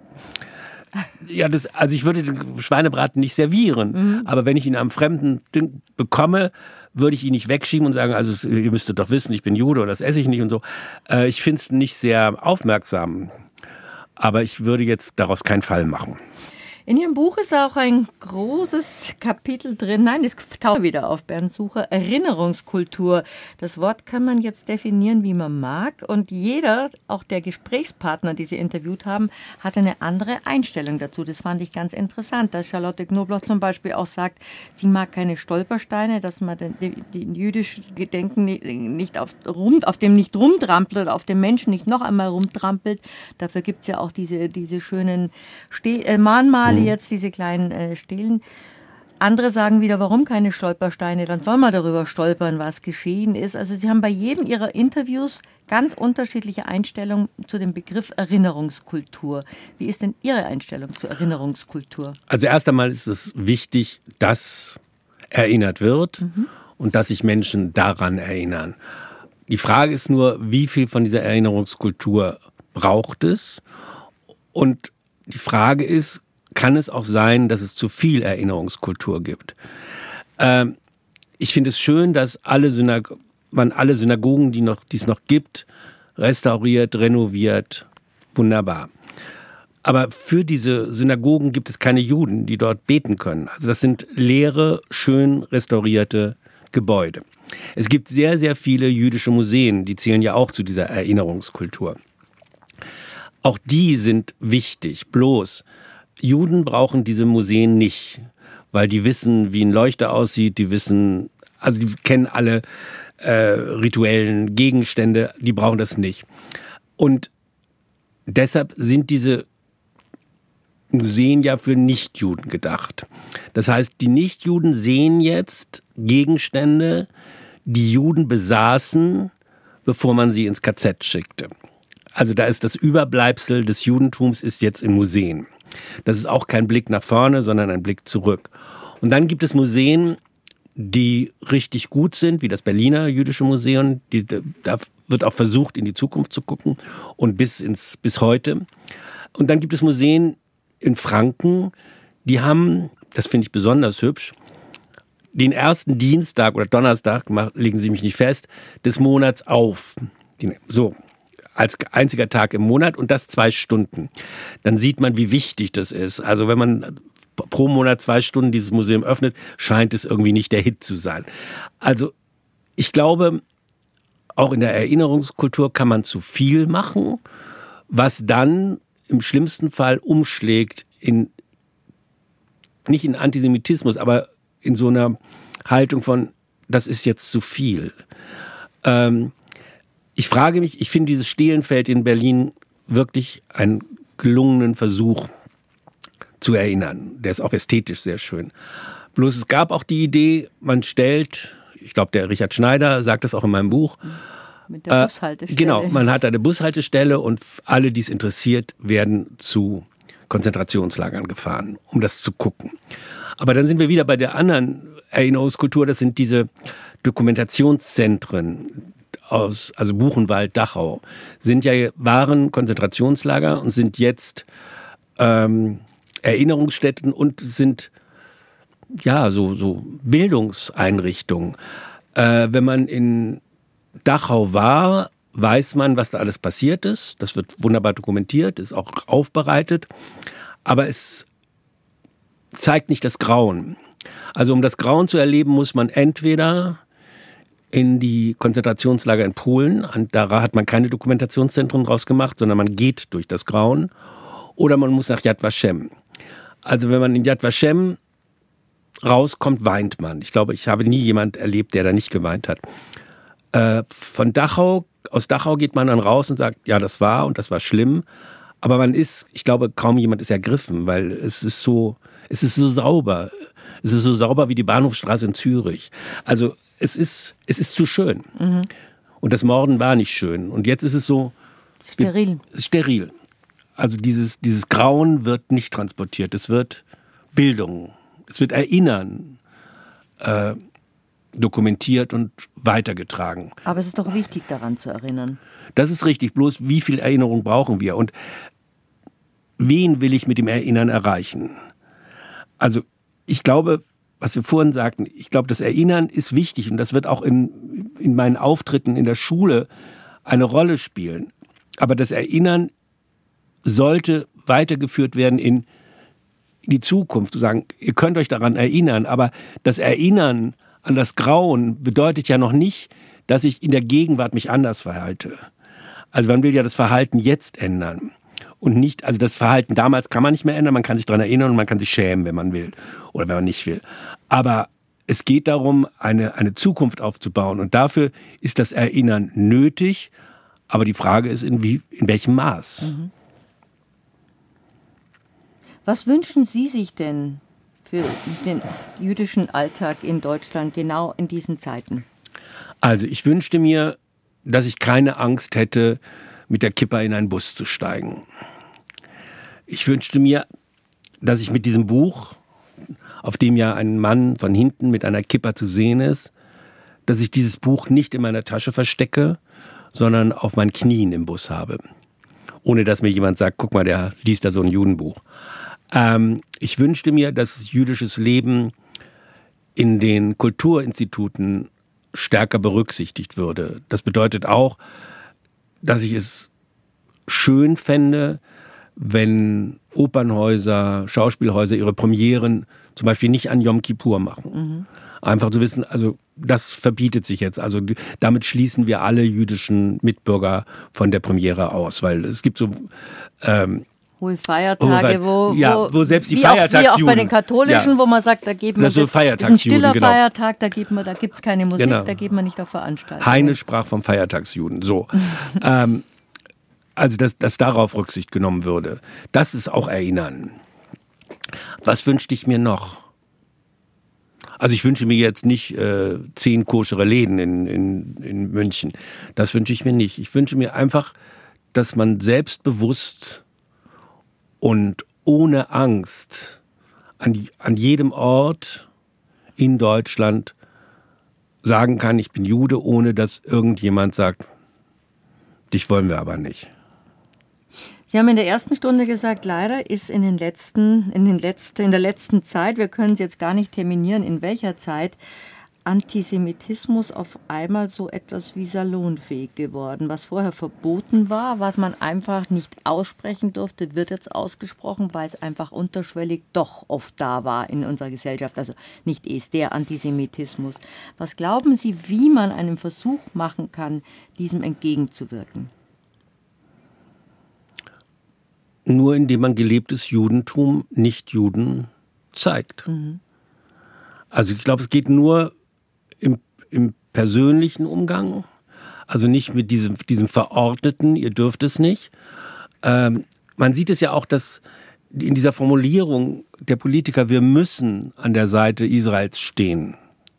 Ja, das, also ich würde den Schweinebraten nicht servieren, mhm. aber wenn ich ihn am fremden Ding bekomme, würde ich ihn nicht wegschieben und sagen, also ihr müsstet doch wissen, ich bin Jude oder das esse ich nicht und so. Äh, ich finde es nicht sehr aufmerksam, aber ich würde jetzt daraus keinen Fall machen. In Ihrem Buch ist auch ein großes Kapitel drin, nein, das taucht wieder auf, Bernd Sucher, Erinnerungskultur. Das Wort kann man jetzt definieren, wie man mag. Und jeder, auch der Gesprächspartner, die Sie interviewt haben, hat eine andere Einstellung dazu. Das fand ich ganz interessant, dass Charlotte Knobloch zum Beispiel auch sagt, sie mag keine Stolpersteine, dass man den, den jüdischen Gedenken nicht auf, rum, auf dem nicht rumtrampelt oder auf dem Menschen nicht noch einmal rumtrampelt. Dafür gibt es ja auch diese, diese schönen Ste- äh, Mahnmale, jetzt diese kleinen äh, Stelen. Andere sagen wieder, warum keine Stolpersteine? Dann soll man darüber stolpern, was geschehen ist. Also Sie haben bei jedem Ihrer Interviews ganz unterschiedliche Einstellungen zu dem Begriff Erinnerungskultur. Wie ist denn Ihre Einstellung zur Erinnerungskultur? Also erst einmal ist es wichtig, dass erinnert wird mhm. und dass sich Menschen daran erinnern. Die Frage ist nur, wie viel von dieser Erinnerungskultur braucht es? Und die Frage ist, kann es auch sein, dass es zu viel Erinnerungskultur gibt. Ähm, ich finde es schön, dass alle Synag- man alle Synagogen, die, noch, die es noch gibt, restauriert, renoviert. Wunderbar. Aber für diese Synagogen gibt es keine Juden, die dort beten können. Also das sind leere, schön restaurierte Gebäude. Es gibt sehr, sehr viele jüdische Museen, die zählen ja auch zu dieser Erinnerungskultur. Auch die sind wichtig, bloß Juden brauchen diese Museen nicht, weil die wissen, wie ein Leuchter aussieht, die wissen, also die kennen alle äh, rituellen Gegenstände, die brauchen das nicht. Und deshalb sind diese Museen ja für Nichtjuden gedacht. Das heißt, die Nichtjuden sehen jetzt Gegenstände, die Juden besaßen, bevor man sie ins K Z schickte. Also da ist das Überbleibsel des Judentums ist jetzt in Museen. Das ist auch kein Blick nach vorne, sondern ein Blick zurück. Und dann gibt es Museen, die richtig gut sind, wie das Berliner Jüdische Museum. Die, da wird auch versucht, in die Zukunft zu gucken und bis ins bis heute. Und dann gibt es Museen in Franken, die haben, das finde ich besonders hübsch, den ersten Dienstag oder Donnerstag, legen Sie mich nicht fest, des Monats auf. So, als einziger Tag im Monat und das zwei Stunden. Dann sieht man, wie wichtig das ist. Also wenn man pro Monat zwei Stunden dieses Museum öffnet, scheint es irgendwie nicht der Hit zu sein. Also ich glaube, auch in der Erinnerungskultur kann man zu viel machen, was dann im schlimmsten Fall umschlägt in, nicht in Antisemitismus, aber in so einer Haltung von, das ist jetzt zu viel. Ähm, ich frage mich, ich finde dieses Stehlenfeld in Berlin wirklich einen gelungenen Versuch zu erinnern. Der ist auch ästhetisch sehr schön. Bloß es gab auch die Idee, man stellt, ich glaube der Richard Schneider sagt das auch in meinem Buch, mit der Bushaltestelle. Äh, genau, man hat eine Bushaltestelle und alle, die es interessiert, werden zu Konzentrationslagern gefahren, um das zu gucken. Aber dann sind wir wieder bei der anderen Erinnerungskultur, das sind diese Dokumentationszentren aus, also Buchenwald, Dachau, sind ja waren Konzentrationslager und sind jetzt ähm, Erinnerungsstätten und sind ja so, so Bildungseinrichtungen. Äh, wenn man in Dachau war, weiß man, was da alles passiert ist. Das wird wunderbar dokumentiert, ist auch aufbereitet. Aber es zeigt nicht das Grauen. Also um das Grauen zu erleben, muss man entweder in die Konzentrationslager in Polen, da hat man keine Dokumentationszentren draus gemacht, sondern man geht durch das Grauen, oder man muss nach Yad Vashem. Also wenn man in Yad Vashem rauskommt, weint man. Ich glaube, ich habe nie jemand erlebt, der da nicht geweint hat. Äh, von Dachau, aus Dachau geht man dann raus und sagt, ja, das war und das war schlimm. Aber man ist, ich glaube, kaum jemand ist ergriffen, weil es ist so, es ist so sauber. Es ist so sauber wie die Bahnhofstraße in Zürich. Also es ist, es ist zu schön. Mhm. Und das Morden war nicht schön. Und jetzt ist es so steril. Wie, steril. Also dieses, dieses Grauen wird nicht transportiert. Es wird Bildung, es wird Erinnern äh, dokumentiert und weitergetragen. Aber es ist doch wichtig, daran zu erinnern. Das ist richtig. Bloß wie viel Erinnerung brauchen wir? Und wen will ich mit dem Erinnern erreichen? Also ich glaube, was wir vorhin sagten, ich glaube, das Erinnern ist wichtig und das wird auch in, in meinen Auftritten in der Schule eine Rolle spielen. Aber das Erinnern sollte weitergeführt werden in die Zukunft, zu sagen, ihr könnt euch daran erinnern, aber das Erinnern an das Grauen bedeutet ja noch nicht, dass ich in der Gegenwart mich anders verhalte. Also man will ja das Verhalten jetzt ändern. Und nicht, also das Verhalten damals kann man nicht mehr ändern, man kann sich daran erinnern und man kann sich schämen, wenn man will oder wenn man nicht will. Aber es geht darum, eine, eine Zukunft aufzubauen und dafür ist das Erinnern nötig, aber die Frage ist, in, wie, in welchem Maß. Mhm. Was wünschen Sie sich denn für den jüdischen Alltag in Deutschland genau in diesen Zeiten? Also ich wünschte mir, dass ich keine Angst hätte, mit der Kippa in einen Bus zu steigen. Ich wünschte mir, dass ich mit diesem Buch, auf dem ja ein Mann von hinten mit einer Kippa zu sehen ist, dass ich dieses Buch nicht in meiner Tasche verstecke, sondern auf meinen Knien im Bus habe. Ohne dass mir jemand sagt, guck mal, der liest da so ein Judenbuch. Ähm, ich wünschte mir, dass jüdisches Leben in den Kulturinstituten stärker berücksichtigt würde. Das bedeutet auch, dass ich es schön fände, wenn Opernhäuser, Schauspielhäuser ihre Premieren zum Beispiel nicht an Yom Kippur machen. Mhm. Einfach zu wissen, also das verbietet sich jetzt. Also damit schließen wir alle jüdischen Mitbürger von der Premiere aus, weil es gibt so ähm, hohe Feiertage, wo, ja, wo, wo selbst die wie Feiertagsjuden, auch, wie auch bei den Katholischen, ja, wo man sagt, da gibt man das, so das, das ist ein stiller genau. Feiertag, da gibt man, da gibt's keine Musik, genau. da geht man nicht auf Veranstaltungen. Heine sprach vom Feiertagsjuden. So, ähm, also dass, dass darauf Rücksicht genommen würde, das ist auch Erinnern. Was wünschte ich mir noch? Also ich wünsche mir jetzt nicht äh, zehn koschere Läden in, in, in München. Das wünsche ich mir nicht. Ich wünsche mir einfach, dass man selbstbewusst und ohne Angst an, die, an jedem Ort in Deutschland sagen kann, ich bin Jude, ohne dass irgendjemand sagt, dich wollen wir aber nicht. Sie haben in der ersten Stunde gesagt, leider ist in, den letzten, in, den letzten, in der letzten Zeit, wir können es jetzt gar nicht terminieren, in welcher Zeit, Antisemitismus auf einmal so etwas wie salonfähig geworden. Was vorher verboten war, was man einfach nicht aussprechen durfte, wird jetzt ausgesprochen, weil es einfach unterschwellig doch oft da war in unserer Gesellschaft. Also nicht es, der Antisemitismus. Was glauben Sie, wie man einen Versuch machen kann, diesem entgegenzuwirken? Nur indem man gelebtes Judentum Nicht-Juden zeigt. Mhm. Also ich glaube, es geht nur im, im persönlichen Umgang, also nicht mit diesem, diesem Verordneten, ihr dürft es nicht. Ähm, man sieht es ja auch, dass in dieser Formulierung der Politiker, wir müssen an der Seite Israels stehen.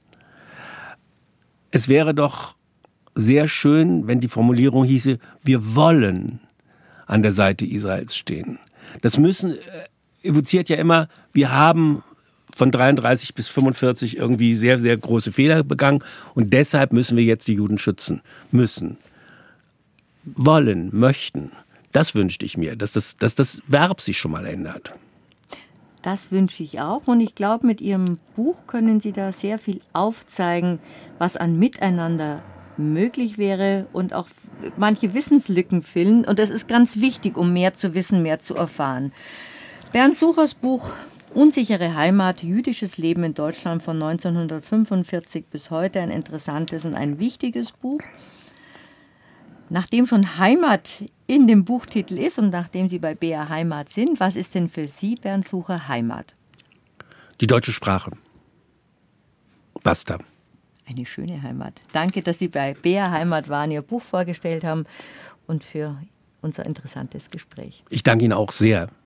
Es wäre doch sehr schön, wenn die Formulierung hieße, wir wollen an der Seite Israels stehen. Das müssen äh, evoziert ja immer, wir haben von dreiunddreißig bis fünfundvierzig irgendwie sehr, sehr große Fehler begangen und deshalb müssen wir jetzt die Juden schützen. Müssen. Wollen, möchten. Das wünschte ich mir, dass das, dass das Verb sich schon mal ändert. Das wünsche ich auch und ich glaube, mit Ihrem Buch können Sie da sehr viel aufzeigen, was an Miteinander möglich wäre und auch manche Wissenslücken füllen. Und das ist ganz wichtig, um mehr zu wissen, mehr zu erfahren. Bernd Suchers Buch Unsichere Heimat, jüdisches Leben in Deutschland von neunzehnhundertfünfundvierzig bis heute, ein interessantes und ein wichtiges Buch. Nachdem schon Heimat in dem Buchtitel ist und nachdem Sie bei B R Heimat sind, was ist denn für Sie, Bernd Sucher, Heimat? Die deutsche Sprache. Basta. Eine schöne Heimat. Danke, dass Sie bei B R Heimat waren, Ihr Buch vorgestellt haben und für unser interessantes Gespräch. Ich danke Ihnen auch sehr.